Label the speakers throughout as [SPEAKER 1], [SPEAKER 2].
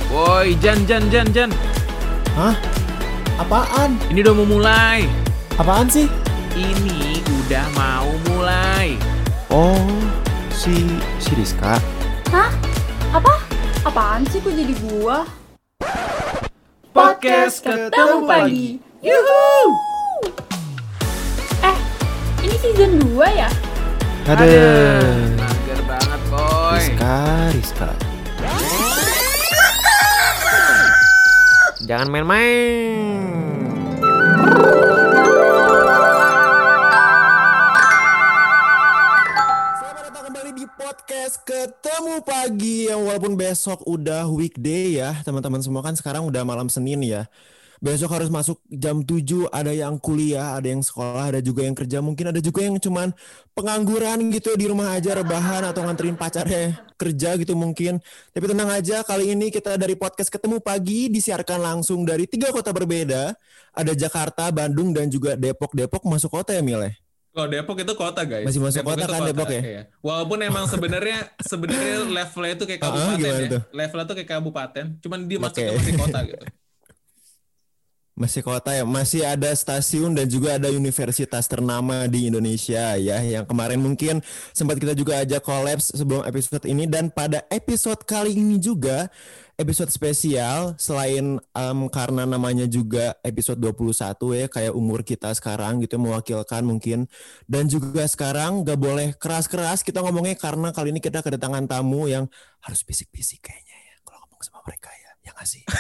[SPEAKER 1] Woi, Jan.
[SPEAKER 2] Hah? Apaan?
[SPEAKER 1] Ini udah mau mulai.
[SPEAKER 2] Apaan sih?
[SPEAKER 1] Ini udah mau mulai.
[SPEAKER 2] Oh, si Rizka.
[SPEAKER 3] Hah? Apaan sih kok jadi gua?
[SPEAKER 1] Podcast Ketemu Pagi. Yuhu!
[SPEAKER 3] Ini season 2 ya?
[SPEAKER 2] Aduh.
[SPEAKER 1] Mager banget, boy.
[SPEAKER 2] Rizka. Jangan main-main. Selamat datang kembali di podcast Ketemu Pagi yang walaupun besok udah weekday ya, teman-teman semua kan sekarang udah malam Senin ya. Besok harus masuk jam 7, ada yang kuliah, ada yang sekolah, ada juga yang kerja, mungkin ada juga yang cuman pengangguran gitu di rumah aja rebahan atau nganterin pacarnya kerja gitu mungkin. Tapi tenang aja, kali ini kita dari podcast Ketemu Pagi disiarkan langsung dari 3 kota berbeda. Ada Jakarta, Bandung, dan juga Depok. Depok masuk kota ya, Mil?
[SPEAKER 4] Kalau Depok itu kota, guys.
[SPEAKER 2] Masih masuk kota kan Depok ya?
[SPEAKER 4] Iya. Walaupun emang sebenarnya levelnya itu kayak kabupaten ya. Levelnya tuh kayak kabupaten, cuman dia masuknya masih kota gitu.
[SPEAKER 2] Masih kota ya, masih ada stasiun dan juga ada universitas ternama di Indonesia ya, yang kemarin mungkin sempat kita juga ajak kolaps sebelum episode ini. Dan pada episode kali ini juga episode spesial, selain karena namanya juga episode 21 ya, kayak umur kita sekarang gitu mewakilkan mungkin. Dan juga sekarang gak boleh keras-keras kita ngomongnya, karena kali ini kita kedatangan tamu yang harus bisik-bisik kayaknya ya kalau ngomong sama mereka ya nggak sih?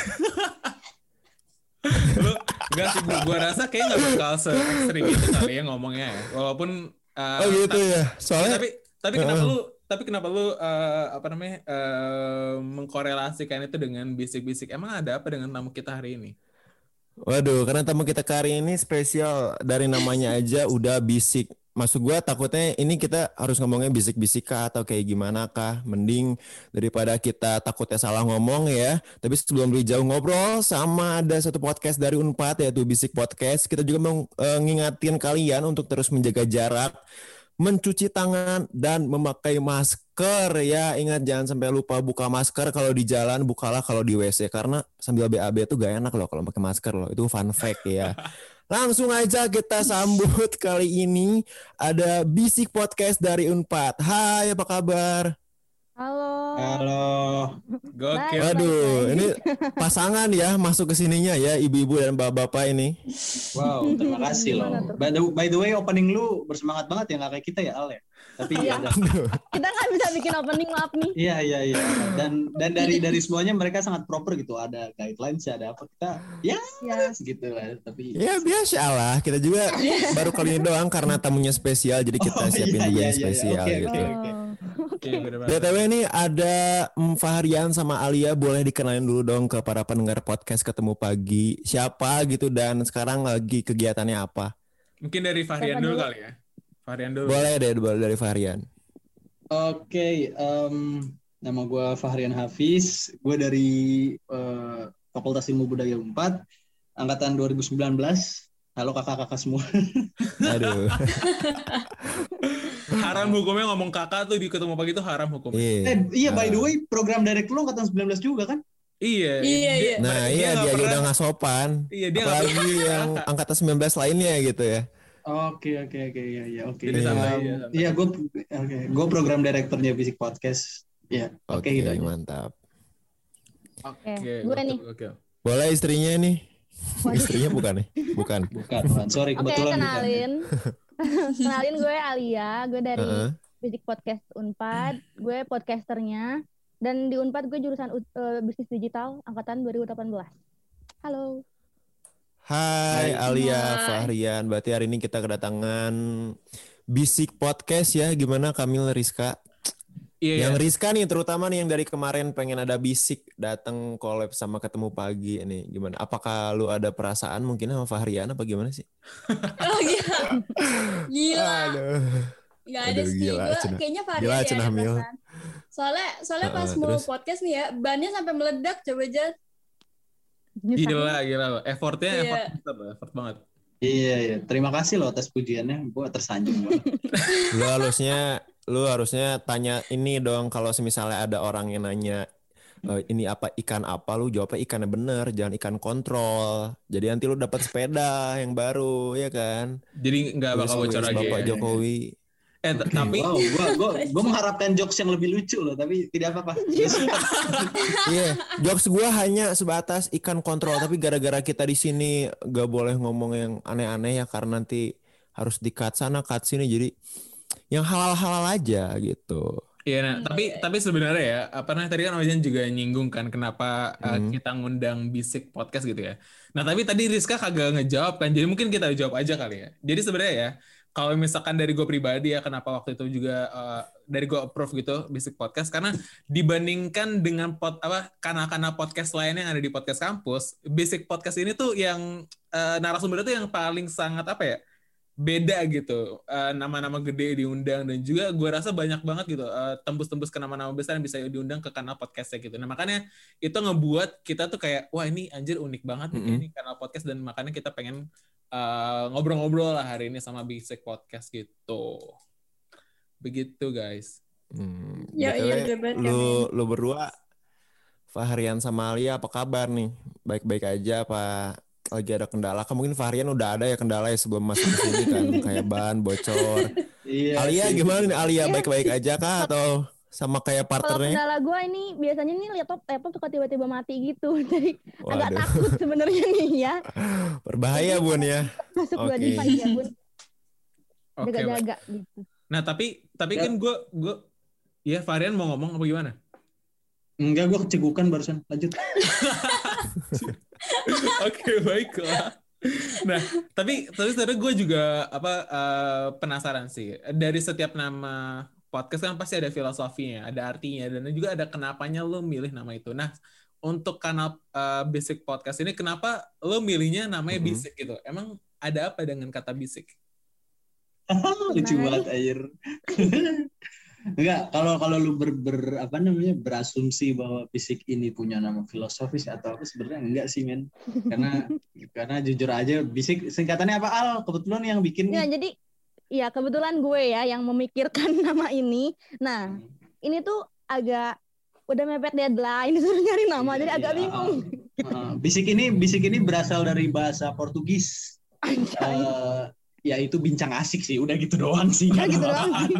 [SPEAKER 4] Lu enggak sih, gua rasa kayak nggak bakal sering itu kali ya ngomongnya ya. Walaupun
[SPEAKER 2] Oh gitu ya. Soalnya
[SPEAKER 4] tapi kenapa lu mengkorelasikan itu dengan bisik-bisik? Emang ada apa dengan tamu kita hari ini?
[SPEAKER 2] Waduh, karena tamu kita hari ini spesial, dari namanya aja udah bisik. Maksud gue takutnya ini kita harus ngomongnya bisik-bisik kah atau kayak gimana kah? Mending daripada kita takutnya salah ngomong ya. Tapi sebelum lebih jauh ngobrol sama ada satu podcast dari Unpad yaitu Bisik Podcast. Kita juga mau ngingatin kalian untuk terus menjaga jarak, mencuci tangan, dan memakai masker ya. Ingat jangan sampai lupa buka masker kalau di jalan, bukalah kalau di WC. Karena sambil BAB itu gak enak loh kalau pakai masker loh. Itu fun fact ya. Langsung aja kita sambut kali ini ada Bisik Podcast dari Unpad. Hai, apa kabar?
[SPEAKER 3] Halo.
[SPEAKER 4] Gokil.
[SPEAKER 2] Waduh, ini pasangan ya masuk ke sininya ya, ibu-ibu dan bapak-bapak ini.
[SPEAKER 5] Wow, terima kasih loh. By the way, opening lu bersemangat banget ya, nggak kayak kita ya, Al ya. Tapi ya,
[SPEAKER 3] Kita nggak bisa bikin opening, maaf nih.
[SPEAKER 5] iya. Dan dari semuanya mereka sangat proper gitu. Ada guidelines, ada apa kita ya. Gitu lah. Tapi
[SPEAKER 2] ya biasa lah, kita juga baru kali ini doang karena tamunya spesial, jadi kita siapin juga yang spesial gitu.
[SPEAKER 4] Oke,
[SPEAKER 2] BTW ini ada Fahrian sama Alia, boleh dikenalin dulu dong ke para pendengar podcast Ketemu Pagi. Siapa gitu dan sekarang lagi kegiatannya apa?
[SPEAKER 4] Mungkin dari Fahrian dulu kali ya. Fahrian dulu.
[SPEAKER 2] Boleh dari Fahrian.
[SPEAKER 5] Oke, nama gue Fahrian Hafiz. Gue dari Fakultas Ilmu Budaya 4, angkatan 2019. Halo kakak-kakak semua.
[SPEAKER 2] Aduh.
[SPEAKER 4] Haram hukumnya ngomong kakak tuh di Ketemu Pagi itu haram hukumnya.
[SPEAKER 5] Iya, by the way, program direct lu angkatan 19 juga kan?
[SPEAKER 4] Iya.
[SPEAKER 2] Nah, dia udah nggak sopan.
[SPEAKER 4] Iya, dia
[SPEAKER 2] apalagi yang angkatan 19 lainnya gitu ya.
[SPEAKER 5] Oke, iya.
[SPEAKER 4] Jadi
[SPEAKER 5] Iya, gue program direkturnya Bisik Podcast. Iya, oke gitu aja.
[SPEAKER 2] Mantap.
[SPEAKER 4] Oke,
[SPEAKER 3] gue nih.
[SPEAKER 2] Boleh istrinya nih. Istrinya bukan nih? Bukan.
[SPEAKER 5] Sorry, kebetulan
[SPEAKER 3] Kenalin gue Alia, gue dari Bisik Podcast Unpad. Gue podcasternya. Dan di Unpad gue jurusan bisnis digital angkatan 2018. Halo.
[SPEAKER 2] Hai Alia, Fahrian. Berarti hari ini kita kedatangan Bisik Podcast ya. Gimana Kamil, Rizka?
[SPEAKER 4] Iya.
[SPEAKER 2] Yang Rizka nih terutama nih yang dari kemarin pengen ada Bisik datang collab sama Ketemu Pagi ini. Gimana? Apakah lu ada perasaan mungkin sama Fahrian apa gimana sih?
[SPEAKER 6] Oh gila.
[SPEAKER 2] Aduh.
[SPEAKER 6] Gak ada sih, gue kayaknya Fahrian ya ada perasaan. Soalnya pas mau podcast nih ya, bannya sampai meledak, coba aja.
[SPEAKER 4] Gila. Effortnya effort banget.
[SPEAKER 5] Iya. Terima kasih loh atas pujiannya. Gue tersanjung banget.
[SPEAKER 2] Lu harusnya tanya ini dong, kalau misalnya ada orang yang nanya ini apa ikan apa, lu jawabnya ikannya bener, jangan ikan kontrol. Jadi nanti lu dapat sepeda yang baru, ya kan?
[SPEAKER 4] Jadi nggak bakal bocor lagi.
[SPEAKER 2] Bapak Jokowi.
[SPEAKER 4] Tapi
[SPEAKER 5] gue mengharapkan jokes yang lebih lucu loh, tapi tidak apa-apa.
[SPEAKER 2] Iya, jokes gue hanya sebatas ikan kontrol, tapi gara-gara kita di sini gak boleh ngomong yang aneh-aneh ya, karena nanti harus di-cut sana, cut sini, jadi yang halal-halal aja gitu.
[SPEAKER 4] Iya, nah, tapi sebenarnya ya, tadi kan Ojan juga nyinggung kan kenapa kita ngundang Bisik Podcast gitu ya. Nah, tapi tadi Rizka kagak ngejawab kan, jadi mungkin kita jawab aja kali ya. Jadi sebenarnya ya, kalau misalkan dari gue pribadi ya, kenapa waktu itu juga dari gue approve gitu Bisik Podcast, karena dibandingkan dengan kanal-kanal podcast lainnya yang ada di podcast kampus, Bisik Podcast ini tuh yang narasumbernya tuh yang paling sangat beda gitu, nama-nama gede diundang, dan juga gue rasa banyak banget gitu tembus-tembus ke nama-nama besar yang bisa diundang ke kanal podcastnya gitu. Nah makanya itu ngebuat kita tuh kayak wah ini anjir unik banget nih ini kanal podcast, dan makanya kita pengen ngobrol-ngobrol lah hari ini sama Bisik Podcast gitu. Begitu guys.
[SPEAKER 6] Ya iya
[SPEAKER 2] lu berdua Fahrian sama Alia apa kabar nih? Baik-baik aja apa lagi ada kendala? Mungkin Fahrian udah ada ya kendala ya sebelum masuk ke sini kan, kayak ban bocor. Iya, Alia gimana nih? Alia baik-baik aja kah atau sama kayak partnernya?
[SPEAKER 3] Kalau kendala gue ini biasanya nih laptop suka tiba-tiba mati gitu, jadi agak takut sebenarnya nih ya.
[SPEAKER 2] Berbahaya Bun ya.
[SPEAKER 3] Masuk Wi-Fi ya Bun. Jaga-jaga gitu.
[SPEAKER 4] Nah tapi kan gue ya Fahrian mau ngomong apa gimana?
[SPEAKER 5] Enggak, gue kecegukan barusan. Lanjut.
[SPEAKER 4] Oke, baiklah. Nah, tapi sebenarnya gue juga penasaran sih. Dari setiap nama podcast kan pasti ada filosofinya, ada artinya, dan juga ada kenapanya lo milih nama itu. Nah, untuk kanal Bisik Podcast ini, kenapa lo milihnya namanya Bisik gitu? Emang ada apa dengan kata Bisik?
[SPEAKER 5] Lucu banget air. Enggak, kalau lu berasumsi bahwa Bisik ini punya nama filosofis atau apa, sebenarnya enggak sih men. Karena jujur aja Bisik singkatannya apa Al? Kebetulan yang bikin.
[SPEAKER 3] Ya, jadi ya kebetulan gue ya yang memikirkan nama ini. Nah, ini tuh agak udah mepet deadline disuruh nyari nama, jadi agak bingung.
[SPEAKER 5] Bisik ini berasal dari bahasa Portugis. Ya itu bincang asik sih, udah gitu doang sih. Udah gitu doang sih.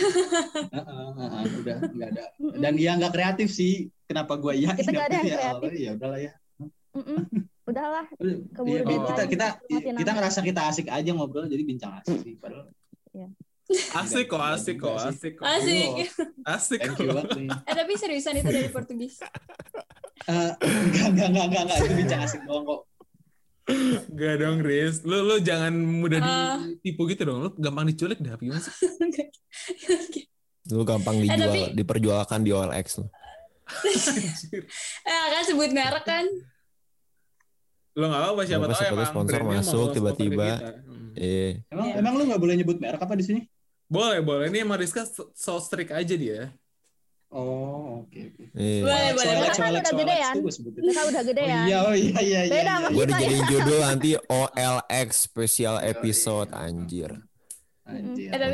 [SPEAKER 5] Udah nggak ada. Dan ya nggak kreatif sih. Kenapa gue ya?
[SPEAKER 3] Kita nggak ada kreatif.
[SPEAKER 5] Ya udahlah ya.
[SPEAKER 3] Udahlah.
[SPEAKER 5] Kita ngerasa kita asik aja ngobrol, jadi bincang asik sih. Padahal.
[SPEAKER 3] Ya.
[SPEAKER 4] Asik kok.
[SPEAKER 6] Tapi seriusan itu dari Portugis?
[SPEAKER 5] Enggak, itu bincang asik doang kok.
[SPEAKER 4] Gak dong Riz, lu jangan mudah ditipu gitu dong, lu gampang diculik dah, gimana sih?
[SPEAKER 2] Lu gampang diperjualkan di OLX lu.
[SPEAKER 6] Kan sebut merek kan?
[SPEAKER 4] Lo nggak apa siapa tahu emang
[SPEAKER 2] sponsor masuk tiba-tiba.
[SPEAKER 5] Emang lu nggak boleh nyebut merek apa di sini?
[SPEAKER 4] Boleh. Ini emang Rizka so strict aja dia.
[SPEAKER 5] Oh, oke.
[SPEAKER 6] Boleh.
[SPEAKER 3] Mereka udah gedean. Mereka udah gedean.
[SPEAKER 5] Oh iya.
[SPEAKER 3] Beda sama
[SPEAKER 2] gue
[SPEAKER 3] kita
[SPEAKER 2] dijadiin judul nanti OLX special episode anjir.
[SPEAKER 6] Tapi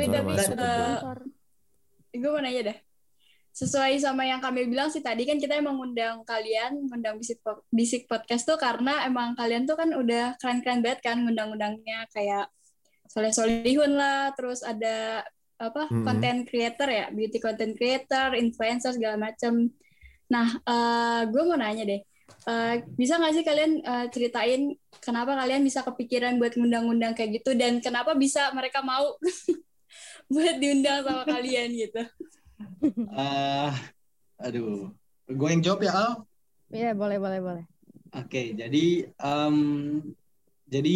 [SPEAKER 6] gue mau nanya deh. Sesuai sama yang kami bilang sih tadi kan kita emang ngundang Bisik Podcast tuh karena emang kalian tuh kan udah keren-keren banget kan ngundang-undangnya, kayak Soleh-Solihun lah, terus ada content creator ya, beauty content creator, influencer segala macam. Nah, gue mau nanya deh, bisa nggak sih kalian ceritain kenapa kalian bisa kepikiran buat ngundang-ngundang kayak gitu, dan kenapa bisa mereka mau buat diundang sama kalian gitu?
[SPEAKER 5] Gue yang jawab ya Al?
[SPEAKER 3] Iya, boleh.
[SPEAKER 5] Oke, jadi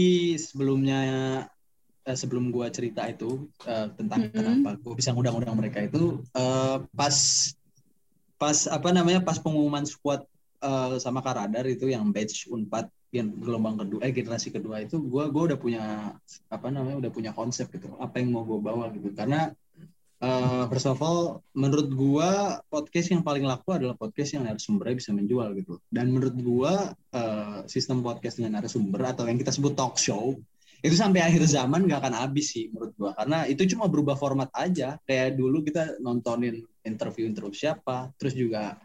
[SPEAKER 5] sebelum gue cerita itu tentang kenapa gue bisa ngundang-undang mereka itu, pas pengumuman squad sama Karadar itu yang batch Unpad yang gelombang kedua, generasi kedua itu, gue udah punya konsep gitu, apa yang mau gue bawa gitu. Karena first of all, menurut gue podcast yang paling laku adalah podcast yang narasumbernya bisa menjual gitu. Dan menurut gue sistem podcast dengan narasumber atau yang kita sebut talk show itu sampai akhir zaman gak akan habis sih menurut gua, karena itu cuma berubah format aja. Kayak dulu kita nontonin interview siapa, terus juga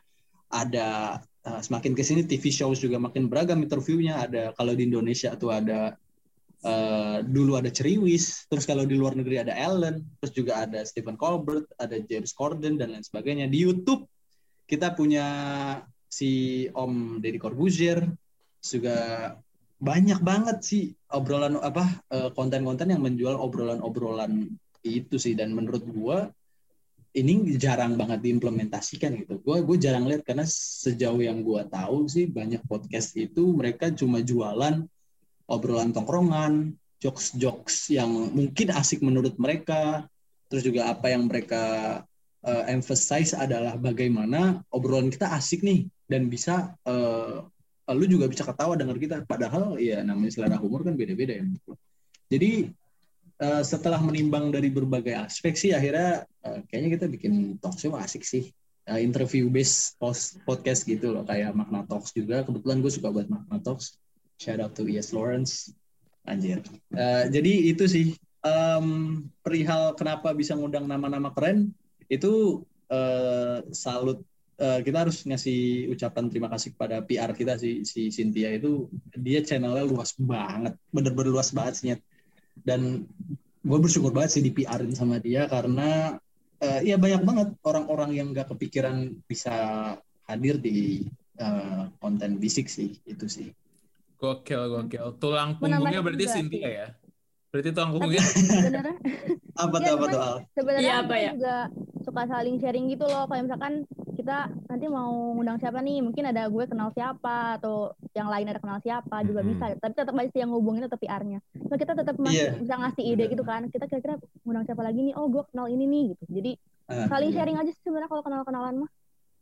[SPEAKER 5] ada semakin kesini TV shows juga makin beragam interviewnya. Ada kalau di Indonesia tuh ada dulu ada Ceriwis, terus kalau di luar negeri ada Ellen, terus juga ada Stephen Colbert, ada James Corden dan lain sebagainya. Di YouTube kita punya si Om Deddy Corbuzier, juga banyak banget sih obrolan konten-konten yang menjual obrolan-obrolan itu sih. Dan menurut gua ini jarang banget diimplementasikan gitu. Gue jarang lihat karena sejauh yang gue tahu sih banyak podcast itu mereka cuma jualan obrolan tongkrongan, jokes-jokes yang mungkin asik menurut mereka. Terus juga apa yang mereka emphasize adalah bagaimana obrolan kita asik nih dan bisa lu juga bisa ketawa dengar kita. Padahal ya namanya selera humor kan beda-beda ya. Jadi setelah menimbang dari berbagai aspek sih akhirnya kayaknya kita bikin talk show asik sih. Interview based podcast gitu loh, kayak Makna Talks juga. Kebetulan gue suka buat Makna Talks. Shout out to Yes Lawrence, anjir. Jadi itu sih perihal kenapa bisa ngundang nama-nama keren itu salut. Kita harus ngasih ucapan terima kasih kepada PR kita si Cynthia itu. Dia channelnya luas banget, bener-bener luas banget sih. Dan gue bersyukur banget sih di PR-in sama dia karena ya banyak banget orang-orang yang gak kepikiran bisa hadir di konten Bisik sih, itu sih.
[SPEAKER 4] Gokil. Tulang punggungnya berarti Cynthia ya? Berarti tulang punggungnya?
[SPEAKER 3] Sebenarnya.
[SPEAKER 5] Apa tuh Al?
[SPEAKER 3] Sebenarnya kita juga suka saling sharing gitu loh. Kayak misalkan kita nanti mau ngundang siapa nih, mungkin ada gue kenal siapa atau yang lain ada kenal siapa juga bisa. Tapi tetap aja yang ngubungin tetap PR-nya. So, kita tetap masih bisa ngasih ide gitu kan. Kita kira-kira ngundang siapa lagi nih? Oh gue kenal ini nih gitu. Jadi saling sharing aja sih sebenarnya kalau kenal-kenalan mah.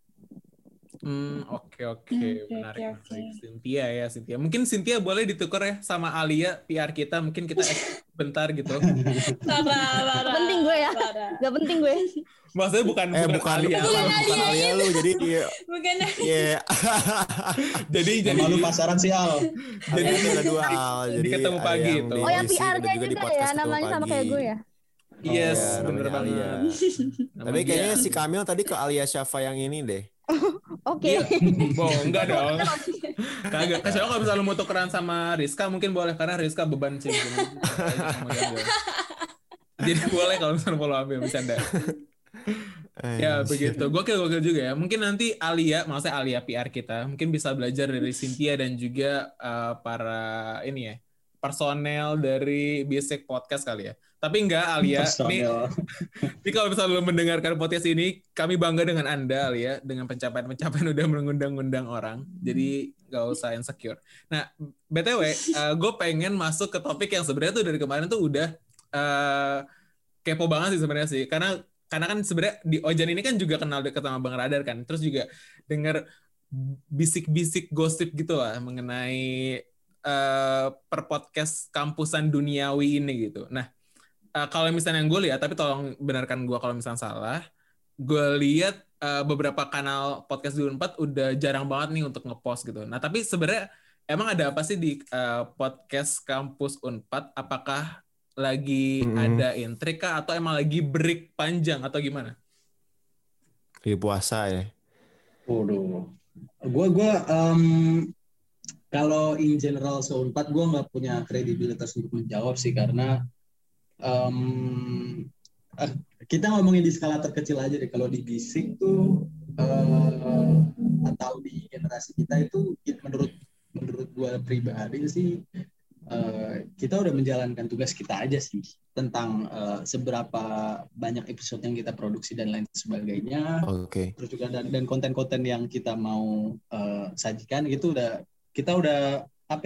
[SPEAKER 4] Oke. Menarik. Cynthia. Mungkin Cynthia boleh ditukar ya sama Alia PR kita. Mungkin kita bentar gitu.
[SPEAKER 6] Parah.
[SPEAKER 3] Penting gue ya. Gak penting gue.
[SPEAKER 4] Maksudnya bukan Alia.
[SPEAKER 2] Bukan Alia lu. Jadi
[SPEAKER 6] bukan.
[SPEAKER 2] Iya.
[SPEAKER 4] Jadi
[SPEAKER 5] lu pasaran sih Al.
[SPEAKER 2] Jadi ada 2 Al. Jadi
[SPEAKER 4] ketemu pagi itu.
[SPEAKER 3] Oh yang PR-nya juga ya, namanya sama kayak gue ya.
[SPEAKER 4] Yes, bener banget.
[SPEAKER 2] Tapi kayaknya si Kamil tadi ke Alia Syafa yang ini deh.
[SPEAKER 3] Oke.
[SPEAKER 4] Enggak dong. Kagak. Kecuali kalau misalnya lu mau tukeran sama Rizka mungkin boleh, karena Rizka beban sih. Jadi boleh kalau misalnya mau lo ambil, bercanda. Ya begitu. Gokil juga ya. Mungkin nanti maksudnya Alia PR kita mungkin bisa belajar dari Cynthia dan juga para ini ya, personel dari Bisik Podcast kali ya. Tapi enggak Alia, ini kalau misalnya lo mendengarkan podcast ini, kami bangga dengan Anda Alia, dengan pencapaian udah mengundang-undang orang. Jadi gak usah insecure. Nah, BTW, gue pengen masuk ke topik yang sebenarnya tuh dari kemarin tuh udah kepo banget sih sebenarnya sih. Karena kan sebenarnya di Ojan ini kan juga kenal dekat sama Bang Radar kan. Terus juga dengar bisik-bisik gosip gitu lah mengenai per podcast kampusan duniawi ini gitu. Nah, kalau misalnya yang gue lihat, tapi tolong benarkan gue kalau misalnya salah, gue lihat beberapa kanal podcast di Unpad udah jarang banget nih untuk ngepost gitu. Nah, tapi sebenarnya emang ada apa sih di podcast kampus Unpad? Apakah lagi ada intrik kah, atau emang lagi break panjang atau gimana?
[SPEAKER 2] Lagi puasa ya.
[SPEAKER 5] Waduh. Gue kalau in general se-Unpad gue nggak punya kredibilitas untuk menjawab sih, karena kita ngomongin di skala terkecil aja deh. Kalau di Bisik tuh atau di generasi kita itu menurut gue pribadi sih kita udah menjalankan tugas kita aja sih, tentang seberapa banyak episode yang kita produksi dan lain sebagainya. Terus juga dan konten-konten yang kita mau sajikan gitu kita udah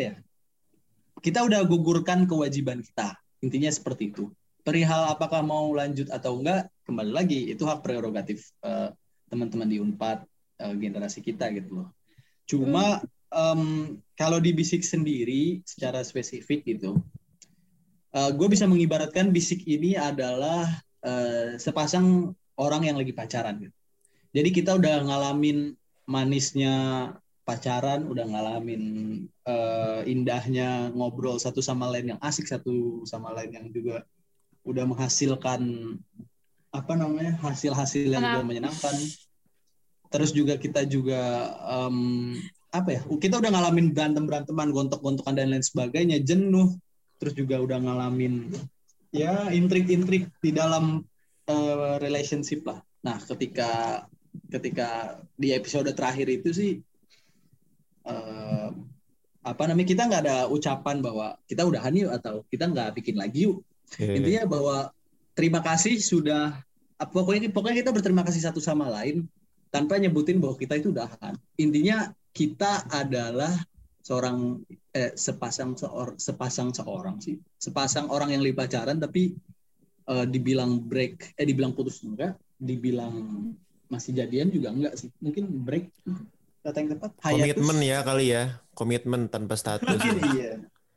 [SPEAKER 5] gugurkan kewajiban kita. Intinya seperti itu. Perihal apakah mau lanjut atau enggak, kembali lagi itu hak prerogatif teman-teman di Unpad, generasi kita gitu loh. Cuma kalau di Bisik sendiri secara spesifik gitu, gue bisa mengibaratkan Bisik ini adalah sepasang orang yang lagi pacaran gitu. Jadi kita udah ngalamin manisnya pacaran, udah ngalamin indahnya ngobrol satu sama lain yang asik, satu sama lain yang juga udah menghasilkan hasil-hasil yang juga menyenangkan. Terus juga kita juga apa ya? Kita udah ngalamin berantem-beranteman, gontok-gontokan dan lain sebagainya, jenuh. Terus juga udah ngalamin ya intrik-intrik di dalam relationship lah. Nah, ketika di episode terakhir itu sih kita nggak ada ucapan bahwa kita udahan yuk atau kita nggak bikin lagi yuk. Intinya bahwa terima kasih sudah pokoknya kita berterima kasih satu sama lain tanpa nyebutin bahwa kita itu udahan. Intinya kita adalah sepasang orang yang lagi pacaran tapi dibilang putus enggak, dibilang masih jadian juga enggak sih. Mungkin break kata yang tepat.
[SPEAKER 2] Komitmen ya kali ya. Komitmen tanpa status.
[SPEAKER 5] Mungkin iya.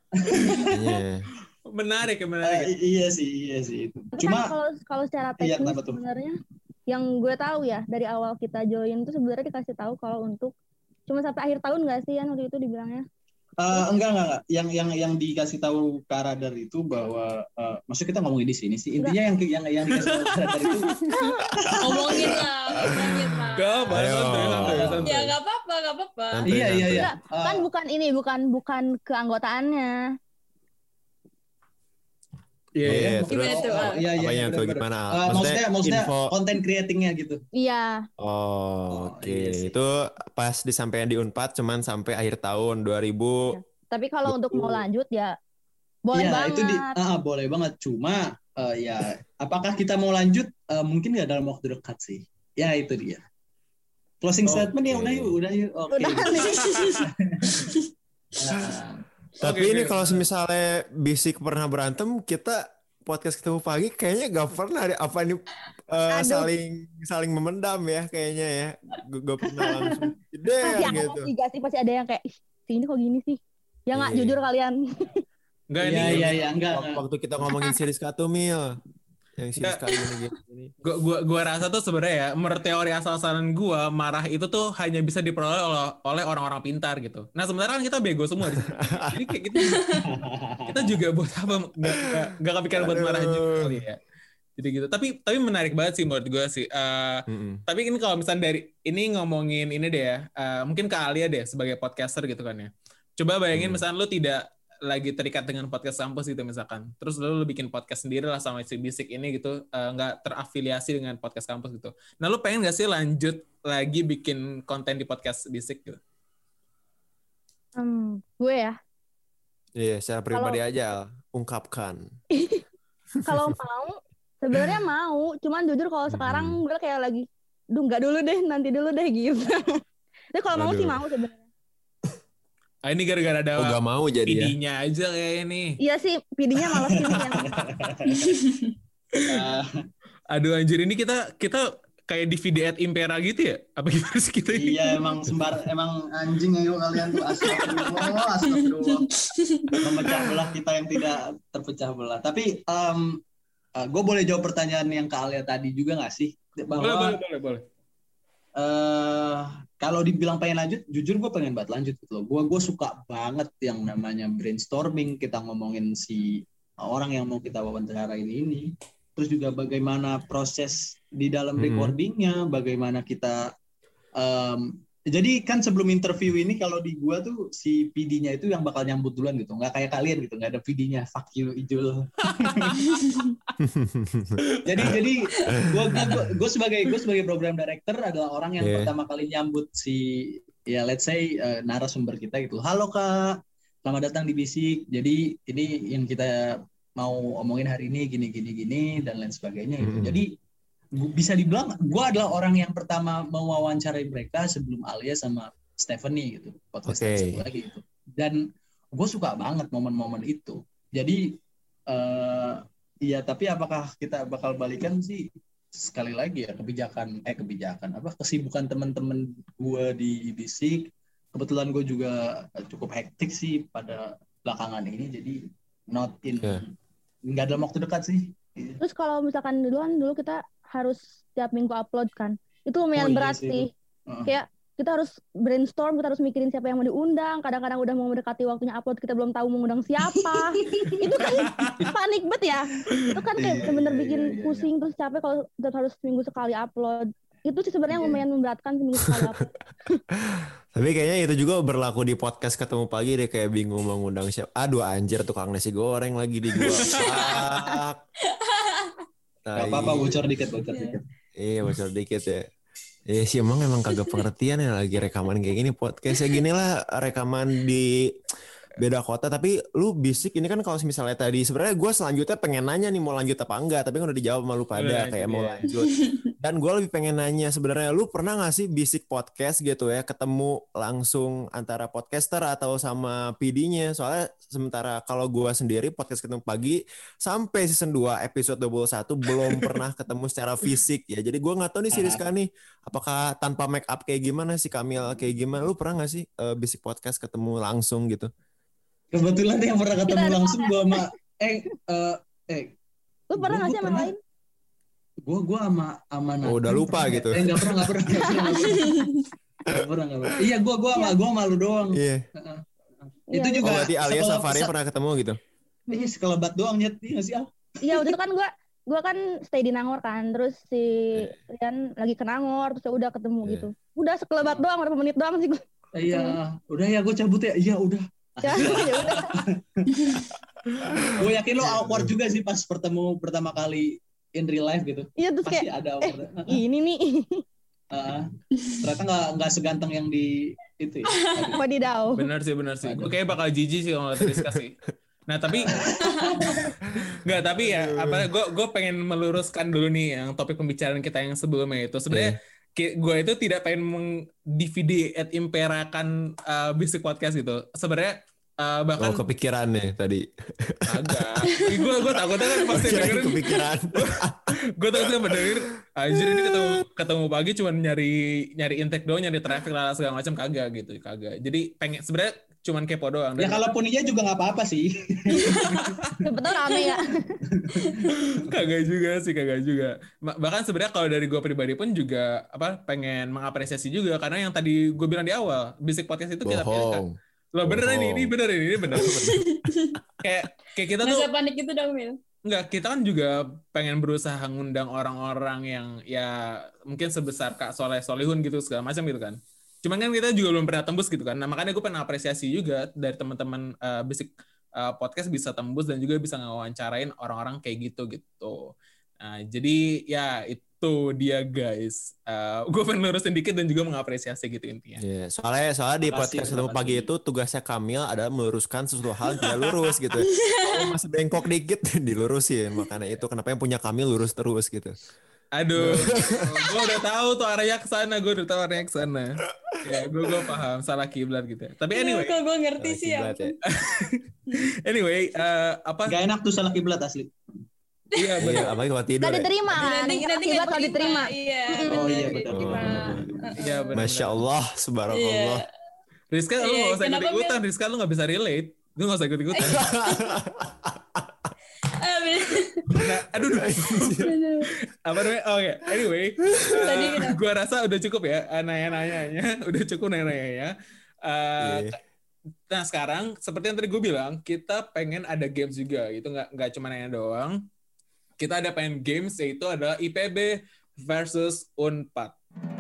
[SPEAKER 4] Menarik.
[SPEAKER 5] Iya sih itu.
[SPEAKER 3] Tapi
[SPEAKER 5] Cuma
[SPEAKER 3] kan kalau secara teknis sebenarnya yang gue tahu ya dari awal kita join itu sebenarnya dikasih tahu kalau untuk cuma sampai akhir tahun nggak sih, waktu itu dibilangnya?
[SPEAKER 5] Enggak. Yang dikasih tahu Kak Radar itu bahwa maksudnya kita ngomongin di sini sih. Intinya yang dikasih tahu Kak Radar itu
[SPEAKER 6] Ngomongin lah.
[SPEAKER 4] Gak apa, santai.
[SPEAKER 6] Ya nggak apa-apa.
[SPEAKER 5] Iya.
[SPEAKER 3] Kan bukan keanggotaannya.
[SPEAKER 4] Iya.
[SPEAKER 6] Gimana tuh?
[SPEAKER 2] Apanya tuh gimana?
[SPEAKER 5] Maksudnya
[SPEAKER 2] info.
[SPEAKER 5] konten creatingnya gitu.
[SPEAKER 3] Iya.
[SPEAKER 2] Oke.
[SPEAKER 5] Iya sih.
[SPEAKER 2] Itu pas disampaikan di Unpad cuman sampai akhir tahun 2000.
[SPEAKER 3] Tapi kalau untuk mau lanjut ya boleh
[SPEAKER 5] Iya,
[SPEAKER 3] banget.
[SPEAKER 5] itu boleh banget. Cuma ya apakah kita mau lanjut? Mungkin nggak dalam waktu dekat sih. Ya itu dia. Closing statement ya udah yuk. Oke.
[SPEAKER 2] Tapi ini kalau misalnya Bisik pernah berantem, kita podcast ketemu pagi kayaknya gak pernah ada apa ini saling memendam ya kayaknya ya. Gue pernah langsung
[SPEAKER 3] pasti ada yang kayak si ini kok gini sih. Ya nggak jujur kalian.
[SPEAKER 4] Enggak
[SPEAKER 5] Enggak.
[SPEAKER 2] Waktu kita ngomongin series Katumil. Yang series kali ini.
[SPEAKER 4] Gua rasa tuh sebenarnya ya, menurut teori asal-asalan gua, marah itu tuh hanya bisa diperoleh oleh orang-orang pintar gitu. Nah, sebenarnya kan kita bego semua di sini. Jadi kayak gitu. Kita juga buat apa enggak kepikiran buat marah juga kali ya. Jadi gitu. Tapi menarik banget sih menurut gua sih. Tapi ini kalau misalnya dari ini ngomongin ini deh ya, mungkin Kak Alia deh sebagai podcaster gitu kan ya. Coba bayangin misalnya lu tidak lagi terikat dengan podcast kampus gitu misalkan. Terus lu bikin podcast sendiri lah sama si Bisik ini gitu, nggak terafiliasi dengan podcast kampus gitu. Nah, lu pengen nggak sih lanjut lagi bikin konten di podcast Bisik gitu?
[SPEAKER 3] Gue ya.
[SPEAKER 2] Iya, secara pribadi aja ungkapkan.
[SPEAKER 3] Kalau mau, sebenarnya mau. Cuman jujur kalau sekarang gue kayak lagi, nggak dulu deh, nanti dulu deh gitu. Tapi kalau mau sih mau sebenarnya.
[SPEAKER 4] Ini gara-gara ada
[SPEAKER 2] gak mau jadi
[SPEAKER 4] PD-nya aja kayak ini.
[SPEAKER 3] Iya sih, PD-nya malas sih.
[SPEAKER 4] Aduh anjir, ini kita kayak di video at Impera gitu ya? Apa gimana sih kita ini?
[SPEAKER 5] Iya, emang anjing ayo kalian tuh astagfirullah. Memecah belah kita yang tidak terpecah belah. Tapi gue boleh jawab pertanyaan yang Kak Alia tadi juga nggak sih? Bahwa,
[SPEAKER 4] boleh.
[SPEAKER 5] Kalau dibilang pengen lanjut, jujur gue pengen banget lanjut gitu loh. Gue suka banget yang namanya brainstorming, kita ngomongin si orang yang mau kita wawancara ini. Terus juga bagaimana proses di dalam recordingnya, bagaimana kita jadi kan sebelum interview ini kalau di gua tuh si PD-nya itu yang bakal nyambut duluan gitu, nggak kayak kalian gitu, nggak ada PD-nya, fuck you Ijul. jadi gua sebagai program director adalah orang yang pertama kali nyambut si let's say narasumber kita gitu. Halo Kak, selamat datang di Bisik. Jadi ini yang kita mau omongin hari ini gini dan lain sebagainya gitu. Jadi bisa dibilang gue adalah orang yang pertama mewawancarai mereka sebelum Alia sama Stephanie gitu, podcast lagi gitu. Dan gue suka banget momen-momen itu. Jadi ya tapi apakah kita bakal balikan sih, sekali lagi ya kesibukan teman-teman gue di Bisik. Kebetulan gue juga cukup hektik sih pada belakangan ini, jadi nggak dalam waktu dekat sih.
[SPEAKER 3] Terus kalau misalkan dulu kita harus tiap minggu upload kan, itu lumayan berat sih. Kayak kita harus brainstorm, kita harus mikirin siapa yang mau diundang. Kadang-kadang udah mau mendekati waktunya upload, kita belum tahu mau ngundang siapa. Itu kan panik banget ya. Itu kan kayak bener-bener bikin pusing, terus capek kalau harus seminggu sekali upload. Itu sih sebenarnya lumayan memberatkan seminggu sekali aku.
[SPEAKER 2] Tapi kayaknya itu juga berlaku di podcast ketemu pagi deh, kayak bingung mau ngundang siapa. Aduh anjir, tukang nasi goreng lagi di gua. Fuck.
[SPEAKER 5] Gak apa-apa, bocor dikit.
[SPEAKER 2] Iya, bocor dikit ya. Iya sih, emang kagak pengertian ya lagi rekaman kayak gini, podcastnya gini lah, rekaman di beda kota. Tapi lu bisik ini kan, kalau misalnya tadi sebenarnya gue selanjutnya pengen nanya nih mau lanjut apa enggak, tapi kan udah dijawab sama lu pada kayak mau lanjut. Dan gue lebih pengen nanya sebenarnya, lu pernah gak sih bisik podcast gitu ya, ketemu langsung antara podcaster atau sama PD-nya? Soalnya sementara kalau gue sendiri podcast ketemu pagi sampai season 2 episode 21 belum pernah ketemu secara fisik ya. Jadi gue gak tahu nih si Rizka nih, apakah tanpa make up kayak gimana, si Kamil kayak gimana. Lu pernah gak sih bisik podcast ketemu langsung gitu?
[SPEAKER 5] Kebetulan yang pernah ketemu langsung gue sama
[SPEAKER 3] Lu pernah nggak sih sama lain?
[SPEAKER 5] Gue sama Nathan.
[SPEAKER 2] Oh, udah lupa gitu.
[SPEAKER 5] Nggak pernah. Iya, gue sama lu doang.
[SPEAKER 2] Iya.
[SPEAKER 5] Itu juga.
[SPEAKER 2] Berarti Alia Safari pernah ketemu gitu?
[SPEAKER 5] Iya, sekelebat doang Nyet. Iya nggak sih Al?
[SPEAKER 3] Iya, waktu itu kan gue kan stay di Nangor kan, terus si Rian lagi ke Nangor, terus udah ketemu gitu. Udah sekelebat doang, berapa menit doang sih gue.
[SPEAKER 5] Iya, udah ya gue cabut ya. Iya udah.
[SPEAKER 3] Ya udah.
[SPEAKER 5] Gue yakin lo awkward juga sih pas pertama kali in real life gitu.
[SPEAKER 3] Iya, terus
[SPEAKER 5] pasti
[SPEAKER 3] kayak
[SPEAKER 5] ada awkward.
[SPEAKER 3] ini nih.
[SPEAKER 5] Ternyata nggak seganteng yang di itu ya.
[SPEAKER 3] Wadidaw.
[SPEAKER 4] Benar sih. Gue kayak bakal jijik sih kalau ngeliat Rizka sih. Nah tapi ya gue pengen meluruskan dulu nih yang topik pembicaraan kita yang sebelumnya itu sebenarnya. Gue itu tidak pengen meng-DVD et imperakan bisik podcast gitu. Sebenarnya bahkan
[SPEAKER 2] kepikiran nih tadi.
[SPEAKER 4] Agak. Gue takutnya kan pasti dengerin.
[SPEAKER 2] Kepikiran.
[SPEAKER 4] Gue takutnya mendengar anjir ini ketemu pagi cuma nyari intake doang, nyari traffic lah segala macam, kagak gitu. Jadi pengen sebenarnya cuman kepo doang.
[SPEAKER 5] Ya kalaupun iya juga nggak apa-apa sih.
[SPEAKER 3] Betul rame ya.
[SPEAKER 4] Kagak juga. Bahkan sebenarnya kalau dari gue pribadi pun juga pengen mengapresiasi juga, karena yang tadi gue bilang di awal, bisik podcast itu kita pilih kan. Loh bener ini bener. kayak kita tuh.
[SPEAKER 6] Masa panik itu dong, Mil.
[SPEAKER 4] Enggak, kita kan juga pengen berusaha ngundang orang-orang yang ya mungkin sebesar Kak Soleh Solihun gitu segala macam gitu kan. Cuman kan kita juga belum pernah tembus gitu kan. Nah makanya gue pengen apresiasi juga dari teman-teman bisik podcast bisa tembus dan juga bisa ngewawancarain orang-orang kayak gitu. Nah jadi ya itu dia guys. Gue pengen lurusin dikit dan juga mengapresiasi gitu intinya.
[SPEAKER 2] Yeah, soalnya di podcast ketemu pagi itu tugasnya Kamil adalah meluruskan sesuatu hal yang tidak lurus gitu. Kalau masih bengkok dikit dilurusin. Makanya itu kenapa yang punya Kamil lurus terus gitu.
[SPEAKER 4] Aduh, gue udah tahu tuh arahnya ke sana, Ya, gue paham salah kiblat gitu. Tapi anyway,
[SPEAKER 6] kok gue ngerti sih ya.
[SPEAKER 4] Anyway,
[SPEAKER 5] Gak enak tuh salah kiblat asli.
[SPEAKER 4] Iya benar.
[SPEAKER 2] Apalagi kalau tidur.
[SPEAKER 3] Gak diterima kan?
[SPEAKER 6] Nanti
[SPEAKER 3] Kiblat kalau diterima.
[SPEAKER 6] Iya.
[SPEAKER 5] Oh iya betul.
[SPEAKER 4] Iya benar.
[SPEAKER 2] Masya Allah, subhanallah.
[SPEAKER 4] Rizka, lu nggak usah ikut-ikutan. Rizka, lu nggak bisa relate. Lu nggak usah ikut-ikutan. Nah, aduh. Apa namanya? Oke. Anyway, gua rasa udah cukup ya nanya-nanyanya. Udah cukup nanya-nanyanya. Nah sekarang seperti yang tadi gue bilang, kita pengen ada games juga. Itu nggak cuma nanya doang. Kita ada pengen games, yaitu adalah IPB versus Unpad.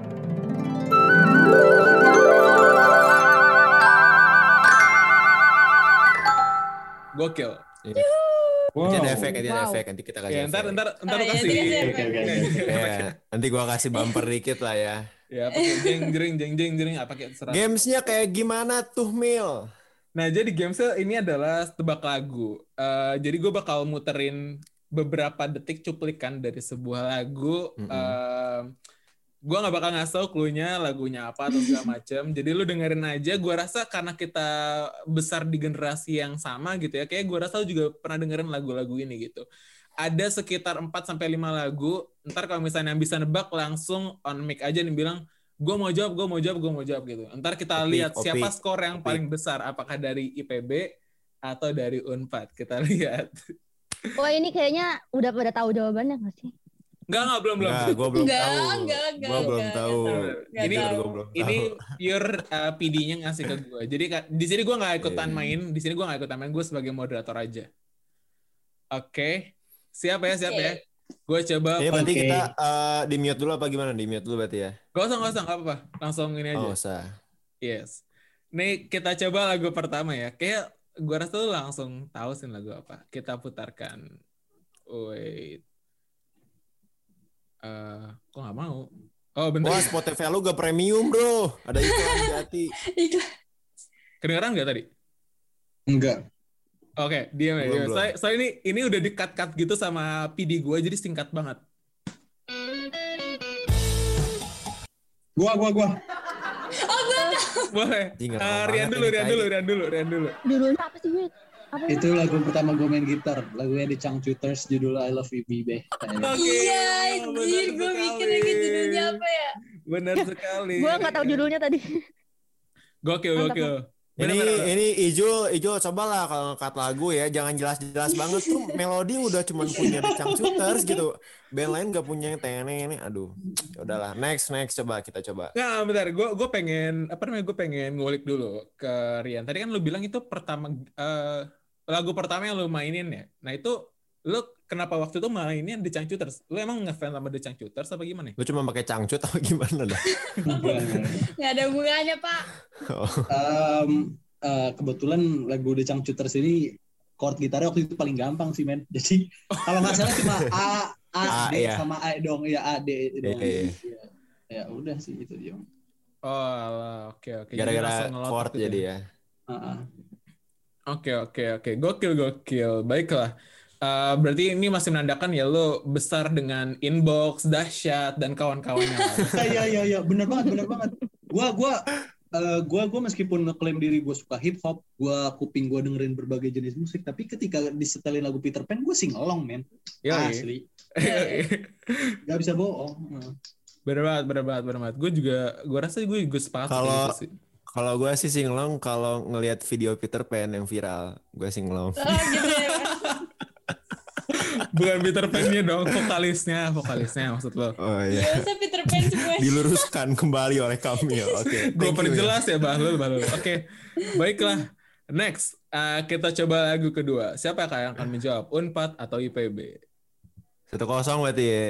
[SPEAKER 2] Gokil. Wow. Nanti ada efek, nanti kita kasih.
[SPEAKER 4] Ya, ntar lu kasih.
[SPEAKER 2] Nanti gua kasih bumper dikit lah ya.
[SPEAKER 4] Ya, pakai jeng apa kayak serah.
[SPEAKER 2] Gamesnya kayak gimana tuh, Mil?
[SPEAKER 4] Nah, jadi gamesnya ini adalah tebak lagu. Jadi gue bakal muterin beberapa detik cuplikan dari sebuah lagu. Gue nggak bakal ngasih tau clue-nya lagunya apa atau segala macem. Jadi lu dengerin aja. Gue rasa karena kita besar di generasi yang sama gitu ya, kayak gue rasa lu juga pernah dengerin lagu-lagu ini gitu. Ada sekitar 4-5 lagu. Ntar kalau misalnya yang bisa nebak langsung on mic aja nih bilang, gue mau jawab gitu. Ntar kita lihat siapa skor yang paling besar, apakah dari IPB atau dari Unpad. Kita lihat.
[SPEAKER 3] Wah ini kayaknya udah pada tahu jawabannya nggak sih?
[SPEAKER 4] Enggak, belum.
[SPEAKER 2] Gue belum tahu.
[SPEAKER 6] Gue belum tahu.
[SPEAKER 4] Ini pure PD-nya ngasih ke gue. Jadi di sini gue nggak ikutan main. Di sini gue nggak ikutan main. Gue sebagai moderator aja. Oke. Siap ya. Gue coba.
[SPEAKER 2] Berarti
[SPEAKER 5] Oke.
[SPEAKER 2] kita di mute dulu apa gimana? Di mute dulu berarti ya?
[SPEAKER 4] Gak usah, nggak apa-apa. Langsung ini aja.
[SPEAKER 2] Oh, usah.
[SPEAKER 4] Yes. Nih kita coba lagu pertama ya. Kayak gue rasa tuh langsung tahu sih lagu apa. Kita putarkan. Wait. Kok nggak mau? Oh bentar.
[SPEAKER 2] Wah, Spotify lu gak premium, bro. Ada iklan jati.
[SPEAKER 4] Kedengeran nggak tadi?
[SPEAKER 5] Enggak.
[SPEAKER 4] Oke, diam ya.
[SPEAKER 2] Belum.
[SPEAKER 4] Soalnya ini udah di-cut gitu sama PD gue, jadi singkat banget.
[SPEAKER 5] Gua.
[SPEAKER 4] Boleh.
[SPEAKER 2] Ih, nggak mau
[SPEAKER 4] Rian
[SPEAKER 2] banget
[SPEAKER 4] dulu.
[SPEAKER 3] Judulnya apa sih, Wit? Apa
[SPEAKER 5] Itu lagu pertama gue main gitar. Lagunya di Changcuters, judul I Love You Baby.
[SPEAKER 4] Oke.
[SPEAKER 6] Iya,
[SPEAKER 4] benar
[SPEAKER 6] anjir, gue
[SPEAKER 4] sekali.
[SPEAKER 6] mikir lagi judulnya apa ya?
[SPEAKER 4] Benar sekali.
[SPEAKER 3] Gue nggak tahu judulnya tadi.
[SPEAKER 4] Gokil.
[SPEAKER 2] Ini Ijul cobalah kalau ngangkat lagu ya, jangan jelas-jelas banget tuh melodi udah cuman punya The Changcuters gitu. Band lain gak punya yang ini. Aduh. Ya udahlah, next coba kita coba.
[SPEAKER 4] Nggak, bentar. Gue pengen gue pengen ngulik dulu ke Rian. Tadi kan lu bilang itu lagu pertama yang lu mainin ya. Nah itu lu kenapa waktu itu mainin The Changcuters? Lu emang ngefans sama The Changcuters apa gimana?
[SPEAKER 2] Lu cuma pakai cangcut atau gimana dah?
[SPEAKER 6] Nggak ada hubungannya, Pak.
[SPEAKER 5] Kebetulan lagu The Changcuters ini chord gitarnya waktu itu paling gampang sih, men. Jadi kalau nggak salah cuma A, D
[SPEAKER 2] iya.
[SPEAKER 5] sama A dong. Ya A, D dong.
[SPEAKER 2] Iya.
[SPEAKER 5] Ya udah sih itu dia.
[SPEAKER 4] Oh, alah, oke. Jadi
[SPEAKER 2] Gara-gara
[SPEAKER 4] langsung ngelotok
[SPEAKER 2] chord
[SPEAKER 4] gitu
[SPEAKER 2] jadi ya.
[SPEAKER 4] Oke. Gokil. Baiklah. Berarti ini masih menandakan ya lo besar dengan Inbox, Dahsyat, dan kawan-kawannya.
[SPEAKER 5] Iya, benar banget. Gua meskipun ngeklaim diri gue suka hip hop, kuping gue dengerin berbagai jenis musik, tapi ketika disetelin lagu Peter Pan, gue singelong, men.
[SPEAKER 4] Yoi.
[SPEAKER 5] Asli. Gak bisa bohong.
[SPEAKER 4] Bener banget. Gue rasa gue juga sepakat
[SPEAKER 2] Kalau-
[SPEAKER 4] gitu sih.
[SPEAKER 2] Kalau gue sih singelong kalau ngelihat video Peter Pan yang viral, gue singelong.
[SPEAKER 6] Oh, gitu ya.
[SPEAKER 4] Bukan Peter Pan-nya dong, vokalisnya maksud lo.
[SPEAKER 2] Oh
[SPEAKER 6] Gak
[SPEAKER 2] iya.
[SPEAKER 6] usah Peter Pan semua.
[SPEAKER 2] Diluruskan kembali oleh kami ya. Oke.
[SPEAKER 4] Gue
[SPEAKER 2] thank you,
[SPEAKER 4] perjelas ya Bahlul. Oke, baiklah. Next, kita coba lagu kedua. Siapa yang akan menjawab? Unpad atau IPB?
[SPEAKER 2] 1-0 berarti ya.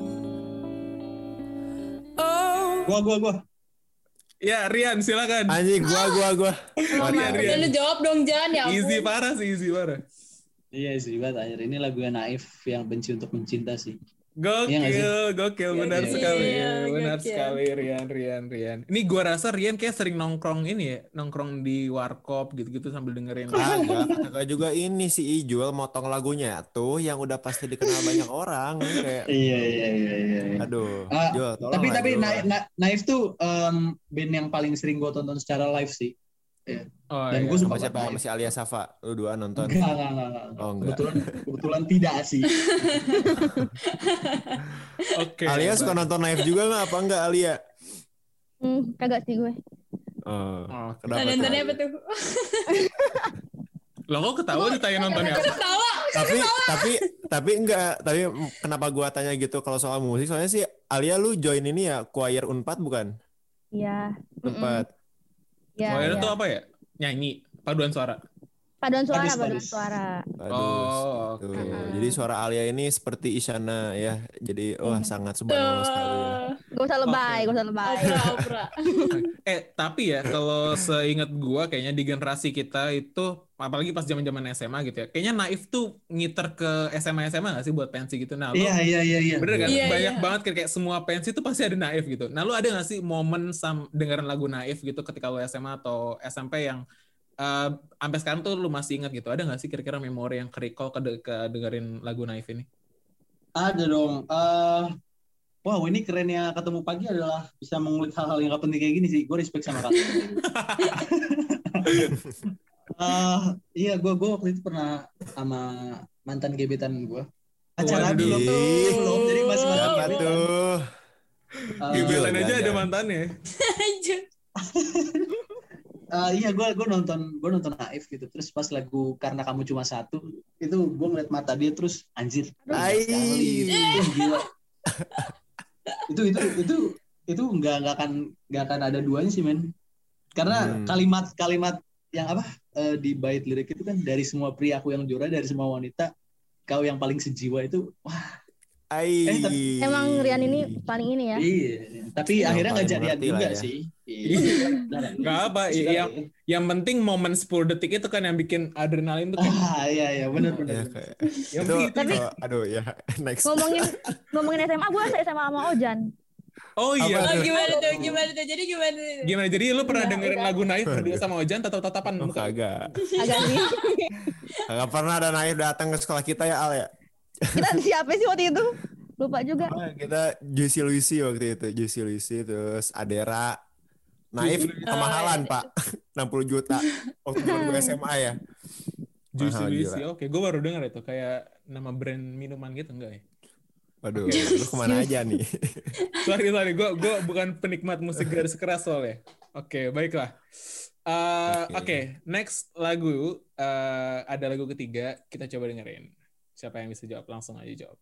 [SPEAKER 5] Gua.
[SPEAKER 4] Ya, Rian silakan.
[SPEAKER 2] Anjing gua.
[SPEAKER 4] Rian.
[SPEAKER 6] Udah lu jawab dong, Jan. Ya ampun.
[SPEAKER 4] Easy parah.
[SPEAKER 5] Iya sih, banget. Ini lagunya Naif yang benci untuk mencinta sih.
[SPEAKER 4] Gokil, benar
[SPEAKER 5] Iya,
[SPEAKER 4] sekali.
[SPEAKER 6] iya,
[SPEAKER 4] Benar
[SPEAKER 6] gokil.
[SPEAKER 4] sekali, Rian. Ini gua rasa Rian kayak sering nongkrong di warkop gitu-gitu sambil dengerin.
[SPEAKER 2] Kagak juga ini si Ijul motong lagunya tuh yang udah pasti dikenal banyak orang kayak
[SPEAKER 5] Iya.
[SPEAKER 2] aduh.
[SPEAKER 5] Ah,
[SPEAKER 2] Jul, tolong
[SPEAKER 5] Tapi
[SPEAKER 2] lah, Jul.
[SPEAKER 5] Naif tuh band yang paling sering gue tonton secara live sih.
[SPEAKER 4] Oh,
[SPEAKER 5] Dan
[SPEAKER 4] iya.
[SPEAKER 5] gue suka
[SPEAKER 2] Sama siapa?
[SPEAKER 5] banget.
[SPEAKER 2] Masih Alia Safa. Lu dua nonton.
[SPEAKER 5] Enggak.
[SPEAKER 2] Oh, enggak.
[SPEAKER 5] Kebetulan tidak sih.
[SPEAKER 4] Oke.
[SPEAKER 2] Alia suka nonton live juga nggak? Apa enggak Alia?
[SPEAKER 3] Kagak sih gue.
[SPEAKER 2] Oh,
[SPEAKER 4] Oh,
[SPEAKER 2] kenapa tuh?
[SPEAKER 6] Nontonnya apa tuh?
[SPEAKER 4] lo kok ketawa ditanya nontonnya apa?
[SPEAKER 6] Ketawa.
[SPEAKER 2] Tapi enggak. Tapi kenapa gua tanya gitu kalau soal musik? Soalnya sih Alia lu join ini ya choir Unpad bukan?
[SPEAKER 3] Iya.
[SPEAKER 2] Unpad.
[SPEAKER 3] Iya.
[SPEAKER 4] Choir
[SPEAKER 3] Iya.
[SPEAKER 4] itu apa ya? Nyanyi, paduan suara.
[SPEAKER 3] Paduan suara.
[SPEAKER 5] Padus.
[SPEAKER 2] Aduh.
[SPEAKER 4] Oke.
[SPEAKER 2] Jadi suara Alia ini seperti Isyana ya. Jadi sangat subhanallah sekali ya.
[SPEAKER 3] Gak usah lebay.
[SPEAKER 6] Opera.
[SPEAKER 4] Tapi ya kalau seingat gua kayaknya di generasi kita itu apalagi pas zaman-zaman SMA gitu ya. Kayaknya Naif tuh ngiter ke SMA nggak sih buat pensi gitu. Nah, lo
[SPEAKER 5] Iya.
[SPEAKER 4] bener kan?
[SPEAKER 6] Iya,
[SPEAKER 4] Banyak
[SPEAKER 6] iya.
[SPEAKER 4] banget kayak semua pensi tuh pasti ada Naif gitu. Nah, lu ada nggak sih momen dengerin lagu Naif gitu ketika lu SMA atau SMP yang sampai sekarang tuh lu masih ingat gitu? Ada nggak sih kira-kira memori yang ke-recall ke dengerin lagu Naif ini?
[SPEAKER 5] Ada dong. Wow, ini kerennya Ketemu Pagi adalah bisa mengulik hal-hal yang gak penting kayak gini sih. Gue respect sama kalian. Iya, gue waktu itu pernah sama mantan gebetan gue. Pacaran
[SPEAKER 4] Waduh.
[SPEAKER 5] belum, jadi masih mantan
[SPEAKER 2] Apa
[SPEAKER 5] gebetan.
[SPEAKER 2] tuh?
[SPEAKER 4] Gebetan aja
[SPEAKER 2] jangan.
[SPEAKER 4] ada mantannya.
[SPEAKER 5] Iya, gue nonton Naif gitu. Terus pas lagu Karena Kamu Cuma Satu, itu gue ngeliat mata dia terus anjir.
[SPEAKER 2] Ai.
[SPEAKER 5] Sekali gitu. Gila. itu nggak akan ada duanya sih, men. Karena kalimat yang apa di bait lirik itu kan, dari semua pria aku yang juara, dari semua wanita kau yang paling sejiwa, itu wah
[SPEAKER 3] Emang Rian ini paling ini ya.
[SPEAKER 5] Iya, tapi
[SPEAKER 2] Ya,
[SPEAKER 5] akhirnya nggak
[SPEAKER 2] paling
[SPEAKER 5] jadian
[SPEAKER 2] ngerti lah
[SPEAKER 5] juga
[SPEAKER 2] ya.
[SPEAKER 5] sih.
[SPEAKER 4] Nggak apa, yang penting momen 10 detik itu kan yang bikin adrenalin tuh kan.
[SPEAKER 5] Iya, benar.
[SPEAKER 2] Ya, kayak,
[SPEAKER 4] Yang
[SPEAKER 2] itu,
[SPEAKER 4] penting itu.
[SPEAKER 2] aduh ya, next.
[SPEAKER 3] Ngomongin SMA, gue SMA sama Ojan.
[SPEAKER 4] Oh iya.
[SPEAKER 2] Apa
[SPEAKER 6] Oh,
[SPEAKER 2] tuh?
[SPEAKER 6] gimana tuh? Jadi gimana tuh?
[SPEAKER 4] Gimana? Jadi lu pernah dengerin
[SPEAKER 3] udah.
[SPEAKER 4] lagu Naif berdua sama Ojan tatap-tatapan?
[SPEAKER 2] Oh,
[SPEAKER 4] Bukan?
[SPEAKER 2] kagak.
[SPEAKER 3] Agak sih.
[SPEAKER 2] Kagak pernah ada Naif datang ke sekolah kita ya, Al ya.
[SPEAKER 3] Kita siapa sih waktu itu? Lupa juga.
[SPEAKER 2] Kita Juicy Lucy waktu itu, Juicy Lucy terus Adera. Naif kemahalan, Pak. 60 juta waktu gue SMA ya.
[SPEAKER 4] Juicy
[SPEAKER 2] Mahal,
[SPEAKER 4] Lucy.
[SPEAKER 2] gila.
[SPEAKER 4] Oke, gue baru denger itu kayak nama brand minuman gitu enggak ya?
[SPEAKER 2] Waduh, lu kemana aja nih?
[SPEAKER 4] Sorry, gue bukan penikmat musik garis keras soalnya. Oke, baiklah. Oke, next lagu ada lagu ketiga, kita coba dengerin. Siapa yang bisa jawab? Langsung aja jawab.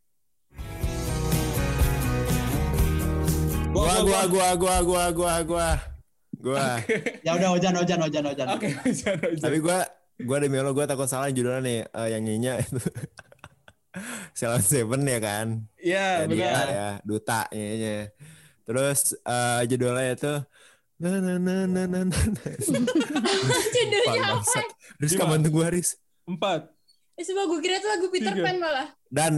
[SPEAKER 2] Gua.
[SPEAKER 5] Ya udah Ojan.
[SPEAKER 4] Oke,
[SPEAKER 2] Tapi gua demi Allah gua takut salah judulnya nih, yang nyanyinya itu Salon Seven ya kan?
[SPEAKER 4] Iya,
[SPEAKER 2] Ya, dia
[SPEAKER 4] benar.
[SPEAKER 2] ya, duta nyanyinya. Terus judulnya itu na.
[SPEAKER 6] Judulnya apa?
[SPEAKER 2] Riz,
[SPEAKER 4] Gimana?
[SPEAKER 2] bantu gua Riz.
[SPEAKER 4] 4.
[SPEAKER 6] Semua gue kira tuh lagu Peter
[SPEAKER 4] Tiga.
[SPEAKER 6] Pan malah.
[SPEAKER 2] Dan.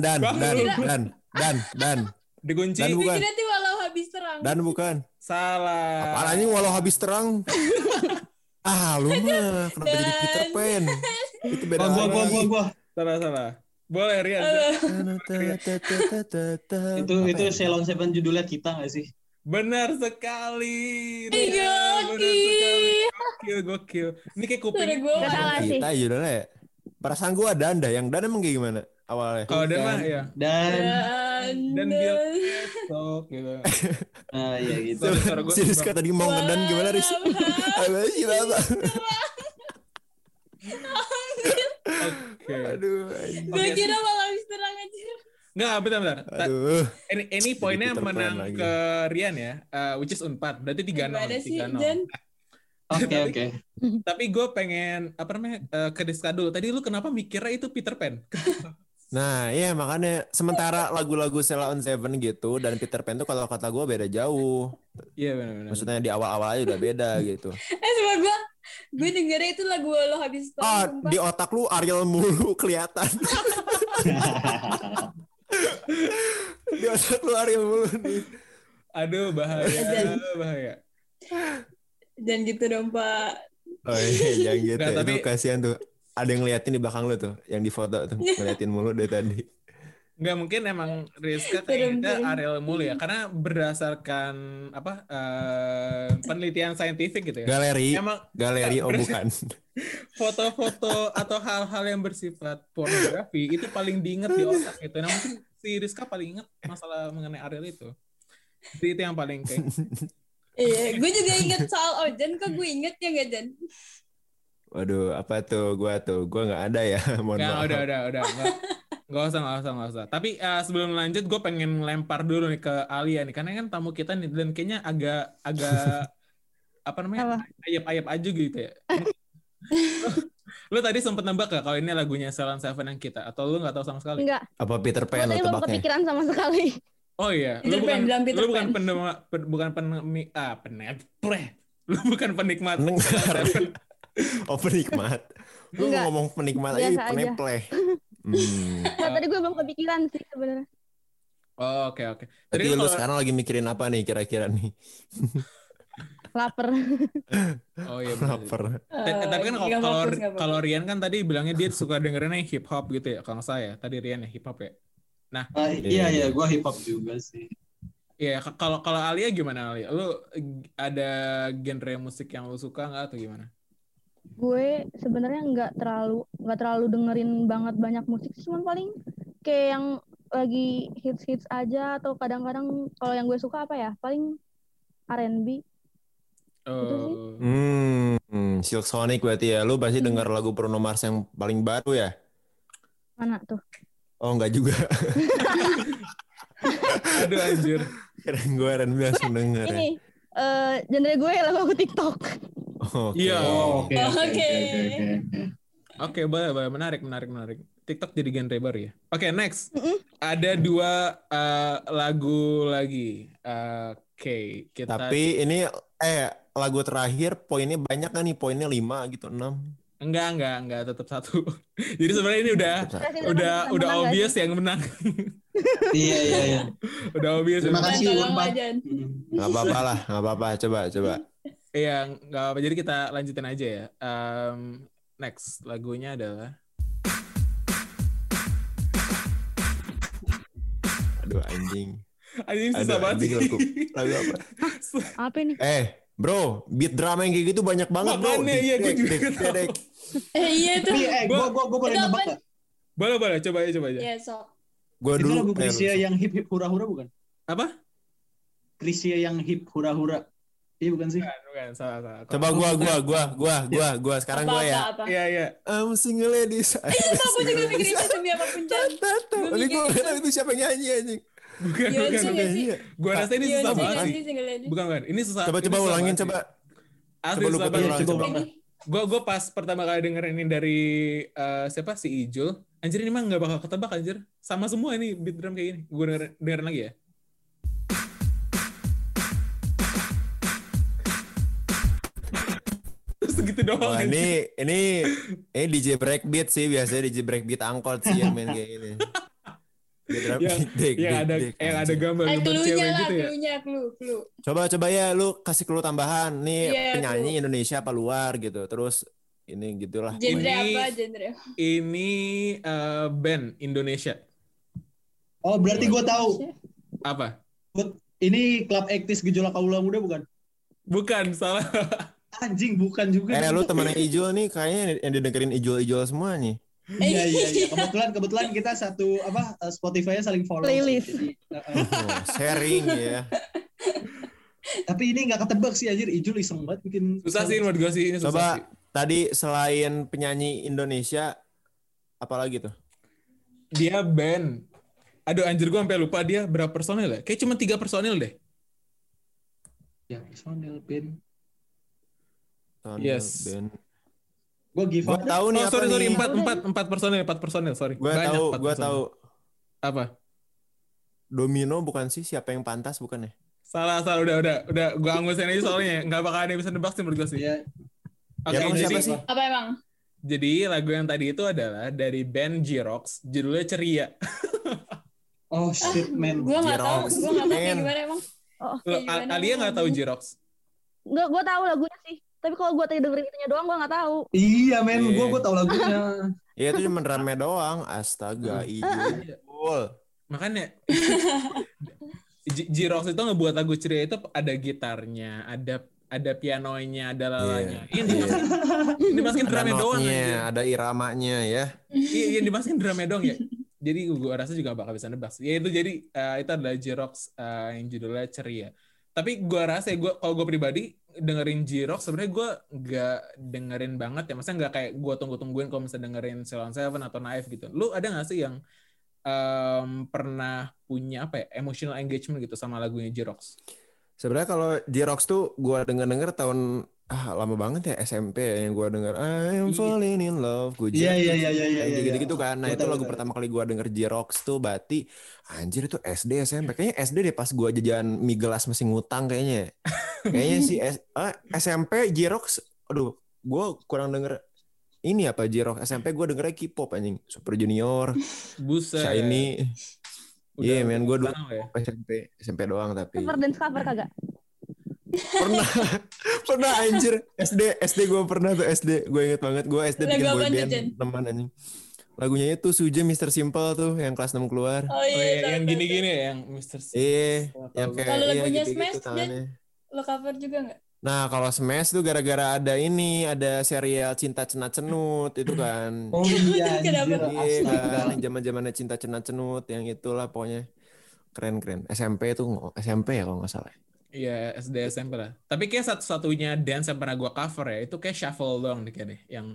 [SPEAKER 4] Dikunci.
[SPEAKER 2] Dan
[SPEAKER 6] Gue
[SPEAKER 2] bukan.
[SPEAKER 6] kira tuh walau habis terang.
[SPEAKER 2] Dan bukan.
[SPEAKER 4] Salah.
[SPEAKER 2] Apaan ini walau habis terang? Lu mah kenapa jadi Peter Pan? Itu beda lagi.
[SPEAKER 5] Gua.
[SPEAKER 4] Salah. Boleh, Rian.
[SPEAKER 5] Itu Salon Seven judulnya kita nggak sih?
[SPEAKER 4] Benar sekali.
[SPEAKER 6] Iya,
[SPEAKER 4] Gokil. Ini kayak kuping.
[SPEAKER 6] Suara gue.
[SPEAKER 3] Gak salah sih.
[SPEAKER 2] Kita judulnya ya. Perasaan gua Dan dah. Yang Dan emang kayak gimana awalnya?
[SPEAKER 4] Kalau Dan mah ya.
[SPEAKER 5] Dan
[SPEAKER 4] Dan Bill besok gitu.
[SPEAKER 5] iya gitu.
[SPEAKER 4] Suara gue.
[SPEAKER 2] Si Rizka tadi mau ngedan gimana Riz?
[SPEAKER 4] Oke.
[SPEAKER 2] Aduh.
[SPEAKER 6] Gue kira walau habis terang aja.
[SPEAKER 4] Nggak, bentar.
[SPEAKER 2] Aduh.
[SPEAKER 4] Ini poinnya
[SPEAKER 2] Peter Pan
[SPEAKER 4] menang
[SPEAKER 2] lagi.
[SPEAKER 4] ke Rian ya, which is 4. Berarti 3-0.
[SPEAKER 6] Gimana sih,
[SPEAKER 4] 3-0.
[SPEAKER 6] Jan?
[SPEAKER 5] Oke.
[SPEAKER 4] Tapi gue pengen ke Rizka dulu. Tadi lu kenapa mikirnya itu Peter Pan?
[SPEAKER 2] Nah, iya makanya sementara lagu-lagu Salon Seven gitu dan Peter Pan tuh kalau kata gua beda jauh.
[SPEAKER 4] Iya benar.
[SPEAKER 2] Maksudnya di awal-awal aja udah beda gitu.
[SPEAKER 6] Semua gue dengernya itu lagu walau habis terang.
[SPEAKER 2] Di otak lu Ariel mulu kelihatan. Di otak lu Ariel mulu nih.
[SPEAKER 4] Aduh, bahaya.
[SPEAKER 6] Jangan gitu dong, Pak.
[SPEAKER 2] Oh iya, jangan gitu.
[SPEAKER 4] Nggak, tapi-
[SPEAKER 2] Itu kasihan tuh. Ada yang ngeliatin di belakang lu tuh, yang di foto tuh, ngeliatin mulu dari tadi.
[SPEAKER 4] Nggak, mungkin emang Rizka kayaknya Ariel mulu ya, karena berdasarkan penelitian saintifik gitu ya.
[SPEAKER 2] Galeri,
[SPEAKER 4] Emang
[SPEAKER 2] oh bukan.
[SPEAKER 4] foto-foto atau hal-hal yang bersifat pornografi itu paling diinget di otak gitu. Nah mungkin si Rizka paling inget masalah mengenai Ariel itu. Jadi itu yang paling kayak.
[SPEAKER 6] Iya, gue juga inget soal Ojan, kok gue inget ya nggak, Jan?
[SPEAKER 2] Waduh, apa tuh? Gua nggak ada ya. Mohon maaf.
[SPEAKER 4] Udah. Nggak usah. Tapi sebelum lanjut, gue pengen lempar dulu nih ke Alia nih, karena kan tamu kita nih dan kayaknya agak apa namanya, ayap-ayap aja gitu ya. Lu tadi sempet nebak gak kalau ini lagunya Salon Seven yang kita, atau lu nggak tahu sama sekali?
[SPEAKER 3] Enggak.
[SPEAKER 2] Apa Peter
[SPEAKER 3] Gue
[SPEAKER 2] Pan lu
[SPEAKER 3] tadi belum
[SPEAKER 2] tebaknya?
[SPEAKER 3] kepikiran sama sekali.
[SPEAKER 4] Oh iya,
[SPEAKER 6] Peter Pan, bilang Peter Pan. Lu bukan penikmat.
[SPEAKER 2] Pendengar. Oh penikmat. Lu
[SPEAKER 3] Enggak.
[SPEAKER 2] ngomong penikmat aja
[SPEAKER 3] Biasa aja.
[SPEAKER 2] penepleh.
[SPEAKER 3] Nah, tadi gue belum kepikiran sih sebenarnya.
[SPEAKER 4] Oh, oke.
[SPEAKER 2] Tapi
[SPEAKER 4] Tadi
[SPEAKER 2] lu
[SPEAKER 4] kalau-
[SPEAKER 2] sekarang lagi mikirin apa nih kira-kira nih?
[SPEAKER 3] Laper.
[SPEAKER 4] Oh iya benar.
[SPEAKER 2] Lapar.
[SPEAKER 4] Tapi kan
[SPEAKER 6] Nggak
[SPEAKER 4] kalau
[SPEAKER 6] fokus, nggak fokus.
[SPEAKER 4] kalau Rian kan tadi bilangnya dia suka dengerin yang hip hop gitu ya. Kalau saya tadi Rian ya hip hop ya.
[SPEAKER 5] Iya, gue hip hop juga sih.
[SPEAKER 4] Iya, kalau Alia gimana Alia? Lu ada genre musik yang lu suka nggak atau gimana?
[SPEAKER 3] Gue sebenarnya nggak terlalu dengerin banget banyak musik, cuman paling kayak yang lagi hits aja, atau kadang-kadang kalau yang gue suka apa ya, paling R&B. Itu sih.
[SPEAKER 2] Silk Sonic berarti ya. Lu pasti denger lagu Bruno Mars yang paling baru ya?
[SPEAKER 3] Mana tuh?
[SPEAKER 2] Oh enggak juga.
[SPEAKER 4] Aduh anjir.
[SPEAKER 2] Keren gue R&B langsung denger ya.
[SPEAKER 3] Ini genre gue lagu TikTok.
[SPEAKER 2] Oke.
[SPEAKER 4] Iya.
[SPEAKER 5] Oke.
[SPEAKER 4] Oke, boleh. Menarik. TikTok jadi genre baru ya. Oke, next. ada 2 lagu lagi. Oke, kita.
[SPEAKER 2] Tapi ini lagu terakhir poinnya banyak kan nih, poinnya 5 gitu, 6.
[SPEAKER 4] Enggak, tetap 1. Jadi sebenarnya ini udah
[SPEAKER 3] Menang
[SPEAKER 4] obvious
[SPEAKER 3] gak sih?
[SPEAKER 4] yang menang.
[SPEAKER 5] Iya.
[SPEAKER 4] Udah obvious.
[SPEAKER 5] Terima
[SPEAKER 6] Dan
[SPEAKER 5] kasih
[SPEAKER 6] tolong
[SPEAKER 5] Unpad.
[SPEAKER 6] Jan.
[SPEAKER 2] Nggak apa-apa lah, nggak apa-apa. Coba.
[SPEAKER 4] Iya, nggak apa. Jadi kita lanjutin aja ya. Next lagunya adalah.
[SPEAKER 2] Aduh anjing.
[SPEAKER 4] Anjing susah banget sih.
[SPEAKER 2] Lagu apa?
[SPEAKER 3] Apa ini?
[SPEAKER 2] Bro, beat drama yang kayak gitu banyak banget, bro.
[SPEAKER 4] Makanya, iya, gue juga
[SPEAKER 2] Dek.
[SPEAKER 6] Iya tuh.
[SPEAKER 5] Tapi gue boleh
[SPEAKER 6] Itu
[SPEAKER 5] nebak
[SPEAKER 6] apa?
[SPEAKER 5] nggak?
[SPEAKER 4] Boleh, coba aja.
[SPEAKER 6] Iya, sok.
[SPEAKER 2] Gua
[SPEAKER 5] Itu
[SPEAKER 2] dulu
[SPEAKER 5] lagu Krisya yang hip hip hura hura bukan?
[SPEAKER 4] Apa?
[SPEAKER 5] Krisya yang hip hura hura. Iya bukan sih?
[SPEAKER 4] Bukan, salah.
[SPEAKER 2] Coba gua sekarang gua ya.
[SPEAKER 6] Apa?
[SPEAKER 4] Iya.
[SPEAKER 2] I'm single ladies.
[SPEAKER 6] Iya, aku juga mikir itu demi apapun Jan.
[SPEAKER 2] Ini gua nggak tahu itu siapa yang nyanyi anjing.
[SPEAKER 4] Bukan.
[SPEAKER 6] Iya sih, nggak sih?
[SPEAKER 4] Gua rasa ini
[SPEAKER 6] Iya
[SPEAKER 4] susah
[SPEAKER 6] sih,
[SPEAKER 4] banget
[SPEAKER 6] nggak
[SPEAKER 4] sih.
[SPEAKER 6] sih, single lady.
[SPEAKER 4] Bukan. Ini susah.
[SPEAKER 2] Coba
[SPEAKER 4] ini susah
[SPEAKER 2] ulangin
[SPEAKER 4] banget
[SPEAKER 2] coba.
[SPEAKER 4] sih. Asli
[SPEAKER 2] Coba lu
[SPEAKER 4] susah
[SPEAKER 2] putar
[SPEAKER 4] banget.
[SPEAKER 2] ulang, coba.
[SPEAKER 6] Ini.
[SPEAKER 4] Gue pas pertama kali dengerin ini dari siapa si Ijul. Anjir ini mah nggak bakal ketebak anjir. Sama semua ini beat drum kayak gini. Gue dengerin lagi ya. Terus gitu doang.
[SPEAKER 2] Wah,
[SPEAKER 4] anjir.
[SPEAKER 2] ini DJ breakbeat sih, biasanya DJ breakbeat angkot sih yang main kayak gini.
[SPEAKER 4] yang ada gambar
[SPEAKER 6] Clue-nya
[SPEAKER 4] cewek
[SPEAKER 6] lah,
[SPEAKER 4] gitu ya.
[SPEAKER 6] clue.
[SPEAKER 2] Coba ya lu kasih clue tambahan. Nih
[SPEAKER 6] Iya,
[SPEAKER 2] penyanyi Indonesia apa luar gitu. Terus ini gitulah.
[SPEAKER 6] Genre
[SPEAKER 4] Ini-
[SPEAKER 6] apa? Genre.
[SPEAKER 4] Ini band Indonesia.
[SPEAKER 5] Oh berarti gue tahu.
[SPEAKER 4] Apa?
[SPEAKER 5] Ini klub aktis gejolak kaula muda bukan?
[SPEAKER 4] Bukan, salah.
[SPEAKER 5] Anjing bukan juga.
[SPEAKER 2] Lu temennya Ijul nih kayaknya yang didengerin Ijul semua nih.
[SPEAKER 5] Iya. Kebetulan kita satu Spotify-nya saling follow.
[SPEAKER 3] Playlist.
[SPEAKER 5] Jadi,
[SPEAKER 2] Sharing ya.
[SPEAKER 5] tapi ini nggak ketebak sih anjir. Ijul iseng banget bikin.
[SPEAKER 4] Susah sih menurut gue sih ini susah
[SPEAKER 2] Coba
[SPEAKER 4] sih.
[SPEAKER 2] tadi selain penyanyi Indonesia apalagi tuh?
[SPEAKER 4] Dia band. Aduh anjir gue sampai lupa dia berapa personil ya? Kayak cuma 3 personil deh.
[SPEAKER 5] Ya personil pin.
[SPEAKER 4] Yes.
[SPEAKER 2] Band.
[SPEAKER 5] Gue give
[SPEAKER 2] Gua
[SPEAKER 5] up.
[SPEAKER 2] tahu nih
[SPEAKER 4] Oh
[SPEAKER 2] apa
[SPEAKER 4] sorry
[SPEAKER 2] nih.
[SPEAKER 4] 4 personil sorry.
[SPEAKER 2] Gua
[SPEAKER 4] Banyak,
[SPEAKER 2] tahu,
[SPEAKER 4] 4
[SPEAKER 2] gua
[SPEAKER 4] personil.
[SPEAKER 2] tahu.
[SPEAKER 4] Apa?
[SPEAKER 2] Domino bukan sih? Siapa yang pantas bukan ya?
[SPEAKER 4] Salah udah gue angusin aja soalnya nggak bakal ada yang bisa nebak sih menurut gue sih.
[SPEAKER 5] Ya,
[SPEAKER 4] Oke,
[SPEAKER 2] emang
[SPEAKER 4] jadi
[SPEAKER 2] siapa sih?
[SPEAKER 6] Apa emang?
[SPEAKER 4] jadi lagu yang tadi itu adalah dari band J-Rocks, judulnya Ceria.
[SPEAKER 5] oh shit man.
[SPEAKER 6] Gue nggak tahu.
[SPEAKER 2] Xerox.
[SPEAKER 6] Gue nggak tahu kayak
[SPEAKER 2] Men.
[SPEAKER 6] gimana emang.
[SPEAKER 3] Oh,
[SPEAKER 4] Lo,
[SPEAKER 6] Kayak gimana
[SPEAKER 4] Alia nggak tahu J-Rocks?
[SPEAKER 3] enggak, gue tahu lagunya sih. Tapi kalau gue tadi dengerin itunya doang, gue nggak tahu.
[SPEAKER 5] Iya men,
[SPEAKER 2] Iya.
[SPEAKER 5] gue tahu lagunya.
[SPEAKER 2] Iya itu cuma rame doang. Astaga, Ijul.
[SPEAKER 4] Makanya J-Rocks itu ngebuat lagu Ceria itu ada gitarnya, ada pianonya, ada lalanya. Ini dimasukin
[SPEAKER 2] Ada
[SPEAKER 4] drumnya doang
[SPEAKER 2] notnya,
[SPEAKER 4] aja.
[SPEAKER 2] ada iramanya ya.
[SPEAKER 4] Iya, dimasukin drumnya doang ya. Jadi gue rasa juga bakal bisa nebak. Ya itu jadi itu adalah J-Rocks yang judulnya Ceria. Tapi gue rasa kalau gue pribadi dengerin J-Rocks sebenarnya gue nggak dengerin banget ya. Maksudnya nggak kayak gue tungguin kalau misalnya dengerin Ceylon Seven atau Naif gitu. Lu ada nggak sih yang pernah punya apa ya emotional engagement gitu sama lagunya J-Rocks?
[SPEAKER 2] Sebenarnya kalau J-Rocks tuh gua denger tahun lama banget ya SMP ya, yang gua denger I'm falling in love.
[SPEAKER 5] Iya.
[SPEAKER 2] Gitu kan. Nah, itu
[SPEAKER 5] Betul,
[SPEAKER 2] lagu
[SPEAKER 5] betul.
[SPEAKER 2] pertama kali gua denger J-Rocks tuh berarti anjir itu SD SMP. Kayaknya SD deh pas gua jajan mie gelas masih ngutang kayaknya. Kayaknya sih SMP J-Rocks aduh, gua kurang denger ini apa J-Rocks SMP gua dengernya K-pop anjing. Super Junior,
[SPEAKER 4] Buset.
[SPEAKER 2] Shiny.
[SPEAKER 4] Udah-
[SPEAKER 2] Iya, men, gua dulu
[SPEAKER 4] lama ya?
[SPEAKER 2] SMP doang tapi.
[SPEAKER 3] Cover dance cover kagak?
[SPEAKER 2] pernah anjir SD gue pernah tuh SD gue inget banget gue SD
[SPEAKER 6] Lagu
[SPEAKER 2] bikin
[SPEAKER 6] apaan
[SPEAKER 2] boy
[SPEAKER 6] tuh,
[SPEAKER 2] band
[SPEAKER 6] Jen?
[SPEAKER 2] teman anjing lagunya itu Suje Mr. Simple tuh yang kelas 6 keluar
[SPEAKER 6] Oh
[SPEAKER 4] Oh iya,
[SPEAKER 6] iya.
[SPEAKER 4] yang
[SPEAKER 6] tahu,
[SPEAKER 4] gini-gini ya, yang Mr.
[SPEAKER 2] yang kayak
[SPEAKER 6] Kalau
[SPEAKER 2] iya
[SPEAKER 6] lagunya
[SPEAKER 2] gitu-gitu
[SPEAKER 6] Smash, Jen?
[SPEAKER 2] tangannya.
[SPEAKER 6] tahu. Lo cover juga nggak?
[SPEAKER 2] Nah kalau Smash tuh gara-gara ada serial Cinta Cenat Cenut itu kan
[SPEAKER 5] Oh iya
[SPEAKER 6] Kenapa?
[SPEAKER 5] anjir.
[SPEAKER 2] iya
[SPEAKER 5] Astaga.
[SPEAKER 2] kan zaman-zamannya Cinta Cenat Cenut yang itulah pokoknya keren SMP tuh SMP ya kalau nggak salah.
[SPEAKER 4] Iya, SD SMP lah. Tapi kayak satu-satunya dance yang pernah gue cover ya, itu kayak shuffle doang nih kayaknya. Yang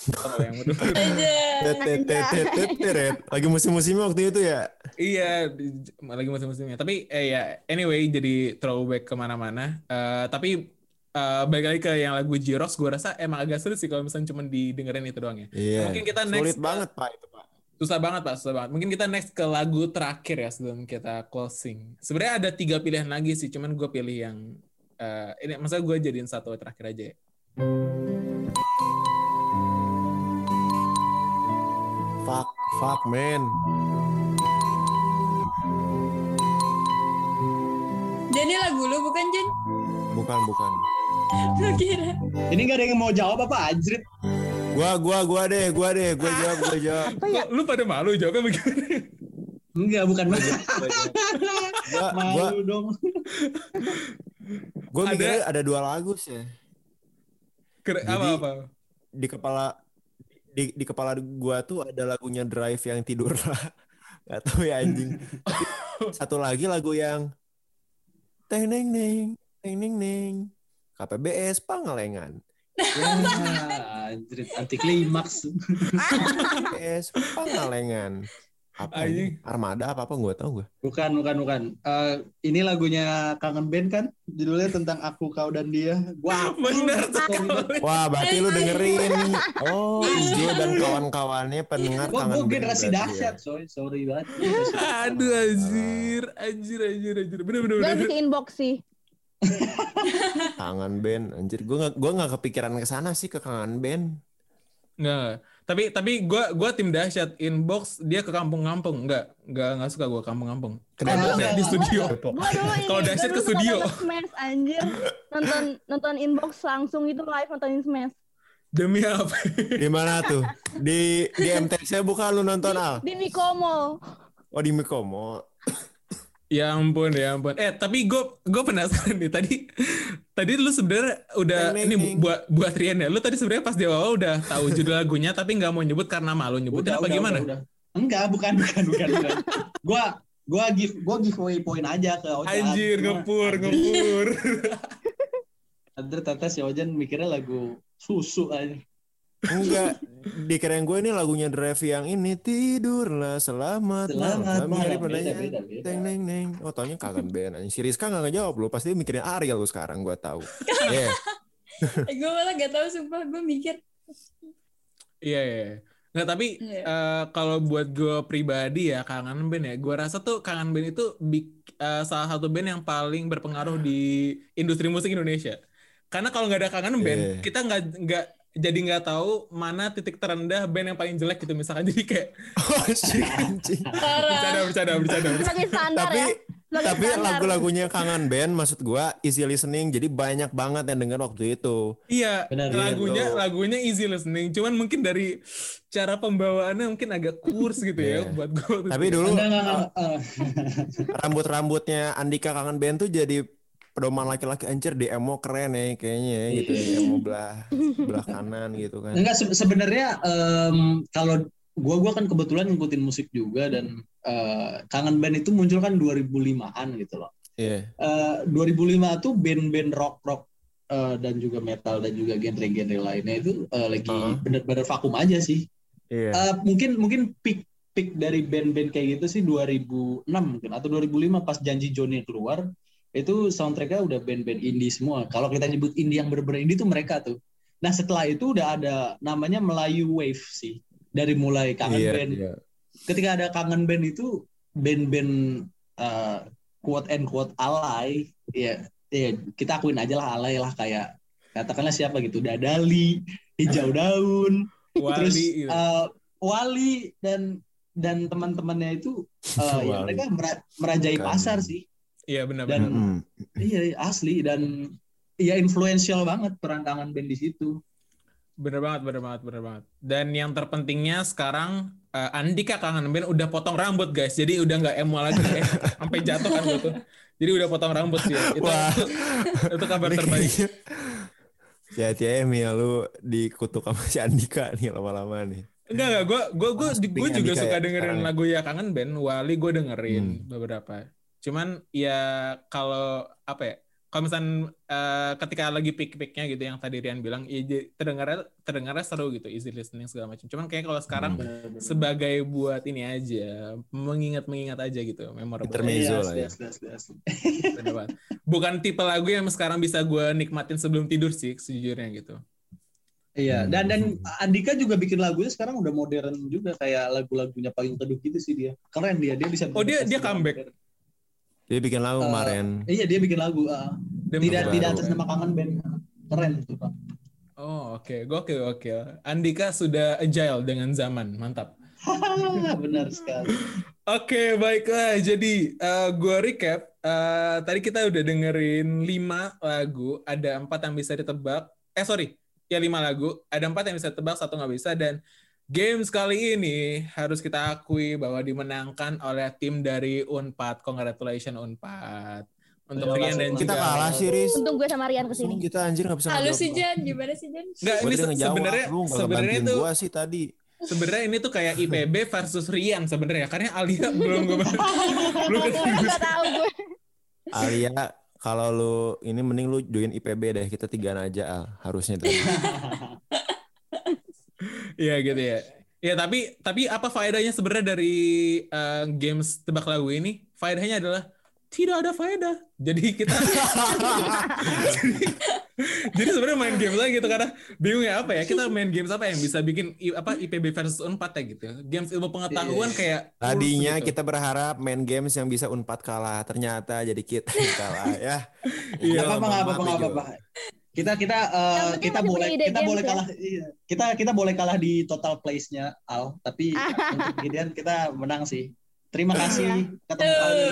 [SPEAKER 6] Aja.
[SPEAKER 2] Lagi musim-musimnya waktu itu ya.
[SPEAKER 4] iya, lagi musim-musimnya. Tapi ya anyway, jadi throwback kemana-mana. Tapi balik lagi ke yang lagu J-Rocks, gue rasa emang agak sulit sih kalau misalnya cuma didengerin itu doang ya.
[SPEAKER 2] Iya.
[SPEAKER 4] Mungkin kita next.
[SPEAKER 2] Sulit banget Pak itu Pak.
[SPEAKER 4] Susah banget Pak, susah banget. Mungkin kita next ke lagu terakhir ya sebelum kita closing. Sebenarnya ada 3 pilihan lagi sih, cuman gue pilih yang ini, masa gue jadiin satu terakhir aja ya.
[SPEAKER 2] Fuck man.
[SPEAKER 6] Jadi lagu lu bukan Jen?
[SPEAKER 2] Bukan.
[SPEAKER 6] Lu kira?
[SPEAKER 5] Ini nggak ada yang mau jawab apa Ajrit?
[SPEAKER 2] Gua deh, gue jawab.
[SPEAKER 4] Lu pada malu jawabnya bagaimana?
[SPEAKER 5] Enggak, bukan
[SPEAKER 2] Gua
[SPEAKER 5] malu dong.
[SPEAKER 2] Gue mikirnya ada 2 lagu sih. Jadi,
[SPEAKER 4] apa?
[SPEAKER 2] Di kepala gua tuh ada lagunya Drive yang tidur lah. Gak tahu ya anjing. Satu lagi lagu yang Teng neng neng KPBS Pangalengan.
[SPEAKER 5] Ya, Ajrit anti klimaks.
[SPEAKER 2] KPBS Pangalengan. Apa ini? Armada apa gue tahu gue.
[SPEAKER 5] Bukan. Ini lagunya Kangen Band kan? Judulnya tentang aku, kau, dan dia. Wah,
[SPEAKER 4] Bener
[SPEAKER 2] Wah, berarti lu dengerin. Oh, Ijo dan kawan-kawannya pendengar Kangen
[SPEAKER 5] Gue
[SPEAKER 2] Band.
[SPEAKER 5] generasi
[SPEAKER 2] berarti
[SPEAKER 5] dahsyat,
[SPEAKER 2] ya.
[SPEAKER 5] sorry banget.
[SPEAKER 4] Aduh anjir. Bener.
[SPEAKER 3] Gue lagi ke inbox sih.
[SPEAKER 2] Kangen Band, anjir. Gue nggak kepikiran ke sana sih, ke Kangen Band.
[SPEAKER 4] Nggak. Tapi gue tim dahsyat inbox dia ke kampung-kampung. Nggak suka gue kampung-kampung. Kenapa di studio? Kalau dahsyat ke studio.
[SPEAKER 3] Smash anjir. Nonton inbox langsung itu live nontonin Smash.
[SPEAKER 4] Demi apa?
[SPEAKER 2] Di mana tuh? Di MTC bukan lu nonton Al?
[SPEAKER 3] Di Mikomo.
[SPEAKER 2] Oh, di Mikomo.
[SPEAKER 4] Ya ampun. Tapi gue penasaran nih. Tadi lu sebenarnya udah ini buat Rian ya. Lu tadi sebenarnya pas di awal udah tahu judul lagunya tapi nggak mau nyebut karena malu nyebutin apa gimana?
[SPEAKER 5] Udah. Enggak, bukan. Gua giveaway poin aja ke Ojan.
[SPEAKER 4] Anjir, ngepur.
[SPEAKER 5] Ternyata si Ojan mikirnya lagu susu aja.
[SPEAKER 2] Enggak, dikirain gue ini lagunya Drive yang ini tidurlah selamat malam.
[SPEAKER 5] Beda.
[SPEAKER 2] Teng neng. Oh, taunya Kangen Band. Si Rizka nggak ngejawab lu, pasti mikirin Ariel lu sekarang gue tahu. Yeah.
[SPEAKER 6] Gue malah gak tahu sumpah, gue mikir.
[SPEAKER 4] Iya. Nggak, tapi kalau buat gue pribadi ya Kangen Band ya, gue rasa tuh Kangen Band itu salah satu band yang paling berpengaruh di industri musik Indonesia. Karena kalau nggak ada Kangen Band, kita nggak tahu mana titik terendah band yang paling jelek gitu misalkan. Jadi kayak bercanda.
[SPEAKER 3] Sebagai standar ya.
[SPEAKER 2] Tapi lagu-lagunya Kangen Band maksud gua easy listening, jadi banyak banget yang denger waktu itu.
[SPEAKER 4] Iya,
[SPEAKER 5] Benar,
[SPEAKER 4] lagunya easy listening, cuman mungkin dari cara pembawaannya mungkin agak kurs gitu ya buat gua.
[SPEAKER 2] Tapi dulu
[SPEAKER 5] Enggak.
[SPEAKER 2] rambut-rambutnya Andika Kangen Band tuh jadi pedoman laki-laki, anjir di emo keren ya kayaknya ya, gitu di emo belah kanan gitu kan.
[SPEAKER 5] Enggak, sebenarnya kalau gua kan kebetulan ngikutin musik juga dan Kangen Band itu muncul kan 2005-an gitu loh.
[SPEAKER 2] Iya.
[SPEAKER 5] 2005 tuh band-band rock dan juga metal dan juga genre-genre lainnya itu lagi benar-benar vakum aja sih.
[SPEAKER 2] Iya.
[SPEAKER 5] Mungkin peak dari band-band kayak gitu sih 2006 mungkin atau 2005 pas Janji Joni keluar. Itu soundtracknya udah band-band indie semua. Kalau kita nyebut indie yang bener-bener indie tuh mereka tuh. Nah setelah itu udah ada namanya Melayu Wave sih. Dari mulai Kangen Band. Iya. Ketika ada Kangen Band itu band-band quote and quote alay. Ya kita akuin aja lah alay lah, kayak katakanlah siapa gitu. Dadali, Hijau Daun, terus Wali dan teman-temannya itu ya mereka merajai pasar sih.
[SPEAKER 4] Iya benar.
[SPEAKER 5] Iya asli dan ya influential banget peran Kangen Band di situ.
[SPEAKER 4] Bener banget. Dan yang terpentingnya sekarang Andika Kangen Band udah potong rambut guys, jadi udah nggak emo lagi sampai jatuh kan gitu. Jadi udah potong rambut sih. Itu kabar terbaik.
[SPEAKER 2] Hati-hati ya lu dikutuk sama si Andika nih lama-lama nih.
[SPEAKER 4] Enggak, gue juga suka dengerin lagu ya Kangen Band. Wali gue dengerin beberapa. Cuman ya kalau apa ya, kalau misalnya ketika lagi peak-peaknya gitu yang tadi Rian bilang, ya terdengarnya seru gitu, easy listening segala macam. Cuman kayak kalau sekarang sebagai buat ini aja, mengingat aja gitu, memorable.
[SPEAKER 2] Intermezzo lah ya.
[SPEAKER 4] Bukan tipe lagu yang sekarang bisa gue nikmatin sebelum tidur sih sejujurnya gitu.
[SPEAKER 5] Iya, dan Andika juga bikin lagunya sekarang udah modern juga, kayak lagu-lagunya Payung Teduh gitu sih dia. Keren dia bisa.
[SPEAKER 4] Oh dia comeback.
[SPEAKER 5] modern.
[SPEAKER 2] Dia bikin lagu kemarin.
[SPEAKER 5] Iya, dia bikin lagu. Tidak atas nama Kangen Band. Keren tuh, Pak.
[SPEAKER 4] Oh, oke. Gokil. Andika sudah agile dengan zaman. Mantap.
[SPEAKER 5] Benar sekali.
[SPEAKER 4] Oke, baiklah. Jadi, gue recap. Tadi kita udah dengerin 5 lagu. Ada 4 yang bisa ditebak. 5 lagu. Ada 4 yang bisa ditebak, 1 nggak bisa. Dan games kali ini harus kita akui bahwa dimenangkan oleh tim dari Unpad. Congratulations Unpad. Untuk Rian dan
[SPEAKER 2] Kita
[SPEAKER 4] juga
[SPEAKER 2] kalah sih, Riz.
[SPEAKER 3] Untung gue sama Rian kesini.
[SPEAKER 2] Kita anjir nggak bisa
[SPEAKER 6] Halo
[SPEAKER 2] ngejawab.
[SPEAKER 6] si Jan, gimana sih Jan?
[SPEAKER 4] Nggak, ini sebenarnya tuh
[SPEAKER 2] gua sih tadi.
[SPEAKER 4] Sebenarnya ini tuh kayak IPB versus Rian sebenarnya. Karena Alia belum
[SPEAKER 3] Gak tahu gue.
[SPEAKER 2] Alia, kalau lu ini mending lu join IPB deh. Kita 3 aja Al, harusnya tuh.
[SPEAKER 4] Iya gitu ya. Ya tapi apa faedahnya sebenarnya dari games tebak lagu ini? Faedahnya adalah tidak ada faedah. Jadi kita jadi sebenarnya main game lagi gitu karena bingung ya apa ya, kita main games apa yang bisa bikin IPB versus Unpad ya gitu. Games ilmu pengetahuan kayak
[SPEAKER 2] Tadinya
[SPEAKER 4] gitu.
[SPEAKER 2] kita berharap main games yang bisa Unpad kalah, ternyata jadi kita kalah ya.
[SPEAKER 5] Nggak apa-apa. Kita boleh
[SPEAKER 3] ya?
[SPEAKER 5] kalah. Iya. Kita boleh kalah di total place-nya Al, tapi untuk Gideon kita menang sih. Terima kasih ketemu lagi.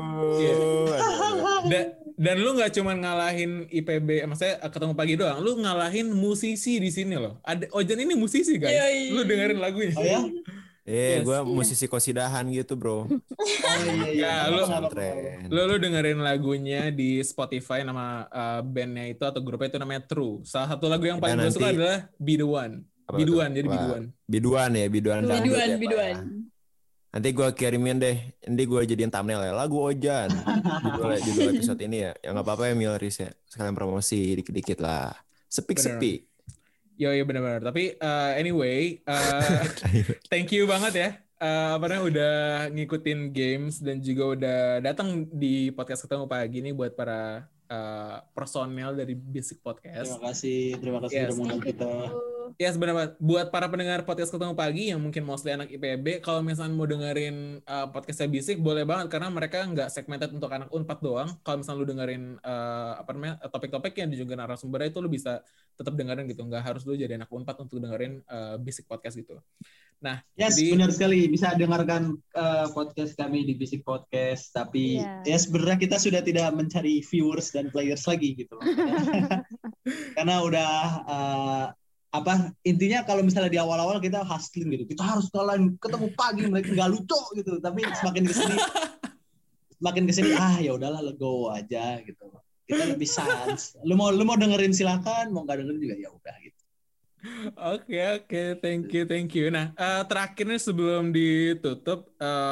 [SPEAKER 4] Dan lu nggak cuma ngalahin IPB, maksudnya ketemu pagi doang, lu ngalahin musisi di sini loh. Ada Ojan ini musisi guys.
[SPEAKER 6] Yoi.
[SPEAKER 4] Lu dengerin lagunya.
[SPEAKER 5] Oh ya?
[SPEAKER 2] Yes. Gue musisi kosidahan gitu bro.
[SPEAKER 5] Oh iya.
[SPEAKER 4] Lu dengerin lagunya di Spotify, nama bandnya itu atau grupnya itu namanya True. Salah satu lagu yang paling gue suka adalah Be The One. Biduan.
[SPEAKER 2] Biduan.
[SPEAKER 6] Biduan.
[SPEAKER 2] Nanti gue kirimin deh. Nanti gue jadiin thumbnail ya. Lagu Ojan. Judul episode ini ya. Ya gak apa-apa ya Milris ya. Sekalian promosi dikit-dikit lah. Sepik-sepik.
[SPEAKER 4] Iya benar-benar. Tapi anyway, thank you banget ya. Udah ngikutin games dan juga udah datang di podcast Ketemu Pagi ini buat para personel dari Basic Podcast.
[SPEAKER 5] Terima kasih udah mengundang kita.
[SPEAKER 4] Ya sebenarnya buat para pendengar podcast Ketemu Pagi yang mungkin mostly anak IPB, kalau misalnya mau dengerin podcastnya Basic boleh banget karena mereka nggak segmented untuk anak Unpad doang. Kalau misalnya lu dengerin topik-topik yang juga narasumbernya itu lu bisa tetap dengerin gitu, nggak harus lu jadi anak Unpad untuk dengerin Basic Podcast gitu. Nah,
[SPEAKER 5] benar sekali, bisa dengarkan podcast kami di Basic Podcast, tapi ya sebenarnya kita sudah tidak mencari viewers dan players lagi gitu. Karena udah intinya kalau misalnya di awal-awal kita hustling gitu, kita harus kalian ketemu pagi mereka nggak lucu gitu, tapi semakin kesini ya udahlah legowo aja gitu, kita lebih sans. Lu mau dengerin silakan, mau nggak dengerin juga ya udah gitu.
[SPEAKER 4] Oke, thank you. Nah, terakhirnya sebelum ditutup,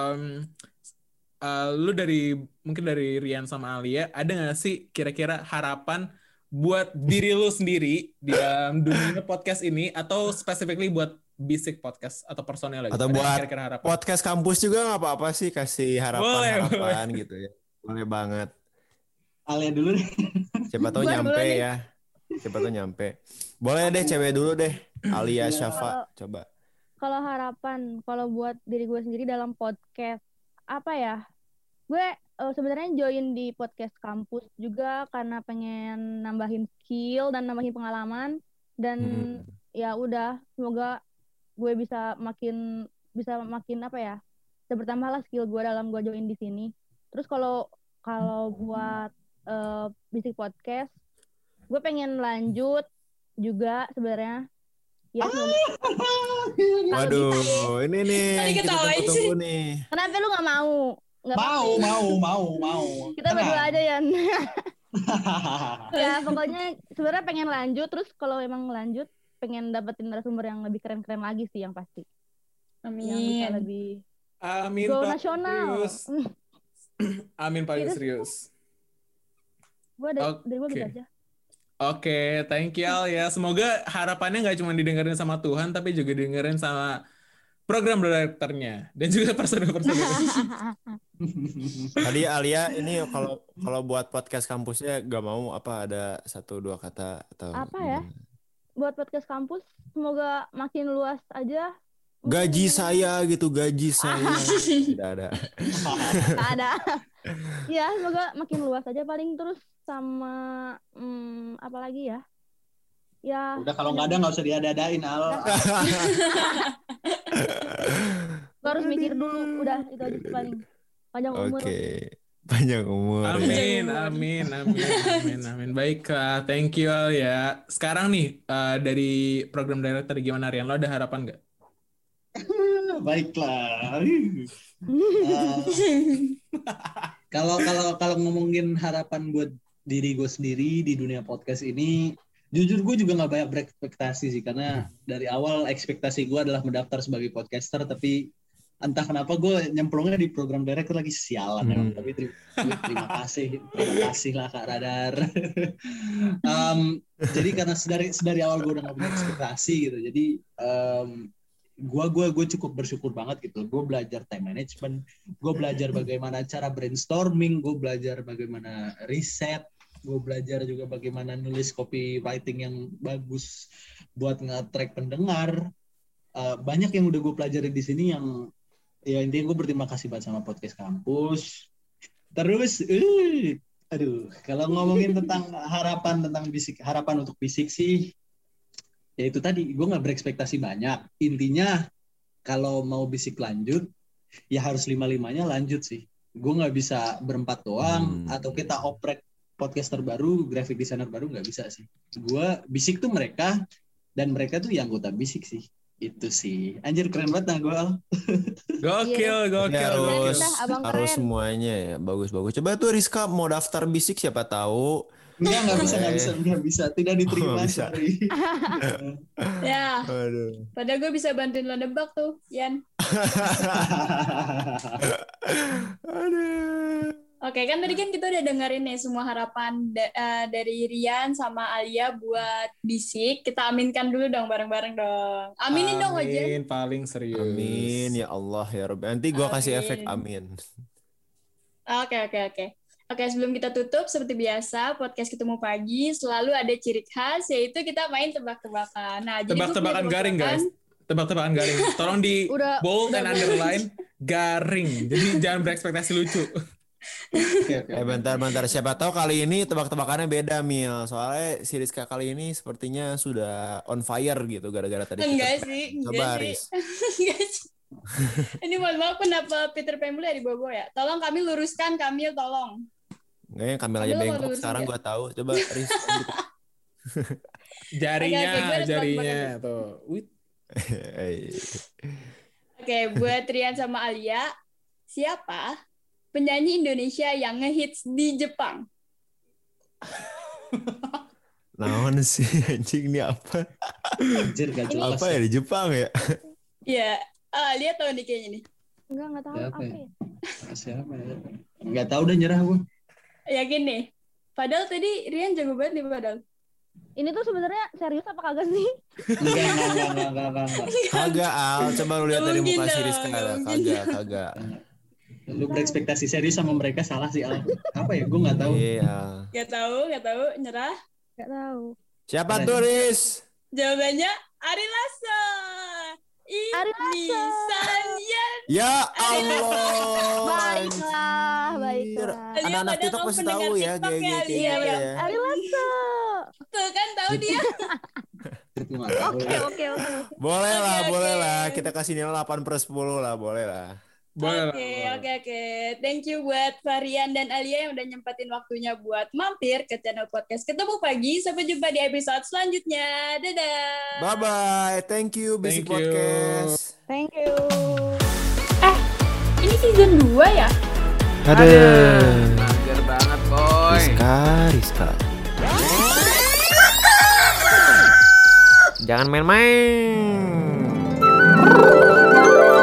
[SPEAKER 4] lu mungkin dari Rian sama Alia, ada nggak sih kira-kira harapan buat diri lu sendiri di dalam dunia podcast ini, atau specifically buat Basic Podcast atau personel lagi?
[SPEAKER 2] Atau buat
[SPEAKER 4] kira-kira harapan?
[SPEAKER 2] Podcast kampus juga nggak apa-apa sih, kasih harapan gitu ya. Boleh banget.
[SPEAKER 5] Alia dulu deh.
[SPEAKER 2] Siapa tahu nyampe. Boleh deh, cewek dulu deh. Alia, Syafa, coba.
[SPEAKER 3] Kalau harapan, kalau buat diri gue sendiri dalam podcast, apa ya? Gue sebenarnya join di podcast kampus juga karena pengen nambahin skill dan nambahin pengalaman, dan ya udah, semoga gue bisa makin apa ya? Bisa bertambah lah skill gue dalam gue join di sini. Terus kalau buat Basic Podcast, gue pengen lanjut juga sebenarnya. Ya,
[SPEAKER 2] waduh, ini nih kita tunggu nih.
[SPEAKER 3] Kenapa lu nggak mau?
[SPEAKER 5] Mau.
[SPEAKER 3] Kita berdua aja ya. Ya pokoknya sebenarnya pengen lanjut, terus kalau emang lanjut pengen dapetin narasumber yang lebih keren-keren lagi sih yang pasti.
[SPEAKER 6] Amin.
[SPEAKER 3] Yang bisa lebih
[SPEAKER 4] go
[SPEAKER 3] nasional.
[SPEAKER 4] Amin paling serius.
[SPEAKER 3] Dari gue gitu aja.
[SPEAKER 4] Oke, thank you Al ya. Semoga harapannya nggak cuma didengerin sama Tuhan, tapi juga didengerin sama program direkturnya dan juga personel-personel.
[SPEAKER 2] Tadi Alia ini kalau buat podcast kampusnya gak mau apa ada 1-2 kata atau
[SPEAKER 3] apa ya? buat podcast kampus semoga makin luas aja.
[SPEAKER 2] Gaji saya gitu, gaji saya. Tidak ada.
[SPEAKER 3] Nggak ada. Ya semoga makin luas aja paling, terus sama apa lagi ya? Ya.
[SPEAKER 5] Udah kalau nggak ada nggak usah diada-adain Al.
[SPEAKER 3] Gue harus mikir dulu, udah itu aja sih paling. Panjang umur.
[SPEAKER 2] Oke. Panjang umur.
[SPEAKER 4] Amin, amin, amin, amin, amin. Baik, thank you Al ya. Sekarang nih dari program director gimana Rian? Lo ada harapan nggak?
[SPEAKER 5] Baiklah. Kalau ngomongin harapan buat diri gue sendiri di dunia podcast ini, jujur gue juga nggak banyak berekspektasi sih, karena dari awal ekspektasi gue adalah mendaftar sebagai podcaster, tapi entah kenapa gue nyemplungnya di program director lagi, sialan emang. Tapi terima kasih lah Kak Radar. Jadi karena sedari awal gue udah nggak punya ekspektasi gitu, jadi gue cukup bersyukur banget gitu. Gue belajar time management, gue belajar bagaimana cara brainstorming, gue belajar bagaimana riset, gue belajar juga bagaimana nulis copywriting yang bagus buat nge-track pendengar. Banyak yang udah gue pelajari di sini, yang ya intinya gue berterima kasih banget sama podcast kampus. Terus kalau ngomongin tentang harapan untuk bisik sih, ya itu tadi, gue nggak berekspektasi banyak. Intinya kalau mau bisik lanjut, ya harus 5-5-nya lanjut sih. Gue nggak bisa berempat doang, atau kita oprek podcaster baru, graphic designer baru, nggak bisa sih. Gue bisik tuh mereka, dan mereka tuh yang anggota bisik sih. Itu sih. Anjir keren banget nah gue.
[SPEAKER 4] Gokil.
[SPEAKER 2] Harus semuanya ya, bagus-bagus. Coba tuh Rizka mau daftar bisik, siapa tahu.
[SPEAKER 5] Nggak bisa. Tidak diterima.
[SPEAKER 2] Bisa.
[SPEAKER 6] Ya.
[SPEAKER 2] Aduh.
[SPEAKER 6] Padahal gue bisa bantuin lo nebak tuh, Yan.
[SPEAKER 2] Aduh.
[SPEAKER 6] Oke, kan tadi kan kita udah dengerin nih semua harapan dari Rian sama Alia buat bisik. Kita aminkan dulu dong bareng-bareng dong. Aminin dong aja.
[SPEAKER 4] Amin, paling serius.
[SPEAKER 2] Amin ya Allah ya Rabbi. Nanti gue kasih efek amin.
[SPEAKER 6] Oke. Oke, sebelum kita tutup, seperti biasa, podcast Ketemu Pagi selalu ada ciri khas, yaitu kita main tebak-tebakan. Nah,
[SPEAKER 4] tebak-tebakan garing, guys. Tebak-tebakan garing. Tolong di bold and underline garing. Jadi jangan berekspektasi lucu.
[SPEAKER 2] Bentar. Siapa tahu kali ini tebak-tebakannya beda, Mil. Soalnya si Rizka kali ini sepertinya sudah on fire gitu gara-gara tadi.
[SPEAKER 6] Enggak sih.
[SPEAKER 2] Coba, Riz.
[SPEAKER 6] Enggak sih. Ini mohon maaf, kenapa Peter Pan mulai dibawa ya? Tolong kami luruskan, Kamil, tolong.
[SPEAKER 2] Enggak, yang Kamil aja bengkok sekarang gue tahu. Coba Riz.
[SPEAKER 4] Jarinya tuh.
[SPEAKER 6] Oke, buat Rian sama Alia, siapa penyanyi Indonesia yang ngehits di Jepang?
[SPEAKER 2] Naon sih anjing ini apa?
[SPEAKER 5] Anjir gak jelas.
[SPEAKER 2] Apa ya di Jepang ya?
[SPEAKER 6] Iya, Alia tahu nih kayaknya nih.
[SPEAKER 3] Enggak tahu apa ya.
[SPEAKER 5] Siapa ya? Enggak tahu, udah nyerah gue.
[SPEAKER 6] Yakin nih. Padahal tadi Rian jago banget nih padahal.
[SPEAKER 3] Ini tuh sebenarnya serius apa kagak sih?
[SPEAKER 5] Enggak.
[SPEAKER 2] Kagak, Al. Coba lu lihat dari muka si Rizka. Kagak.
[SPEAKER 5] Lu berekspektasi serius sama mereka, salah sih Al. Apa ya? Gue nggak tahu.
[SPEAKER 2] Iya.
[SPEAKER 6] Nggak tahu, nyerah.
[SPEAKER 3] Nggak tahu.
[SPEAKER 2] Siapa tuh, Riz?
[SPEAKER 6] Jawabannya Ari Lasso.
[SPEAKER 3] Ari Lasso.
[SPEAKER 6] Sanian.
[SPEAKER 2] Ya Allah.
[SPEAKER 3] Baiklah.
[SPEAKER 2] Anak-anak TikTok pasti tahu ya kayak ya.
[SPEAKER 3] Ari Lasso.
[SPEAKER 6] Tuh kan tahu dia.
[SPEAKER 3] Oke.
[SPEAKER 2] Boleh lah. Kita kasih nilai 8/10 lah, boleh lah.
[SPEAKER 6] Oke. Thank you buat Varian dan Alia yang udah nyempetin waktunya buat mampir ke channel podcast Ketemu Pagi. Sampai jumpa di episode selanjutnya. Dadah.
[SPEAKER 2] Bye-bye. Thank you, Basic Podcast.
[SPEAKER 3] Thank you.
[SPEAKER 6] Ini season 2 ya?
[SPEAKER 2] Aduh.
[SPEAKER 1] Ajar banget, boy.
[SPEAKER 2] Rizka. Jangan main-main.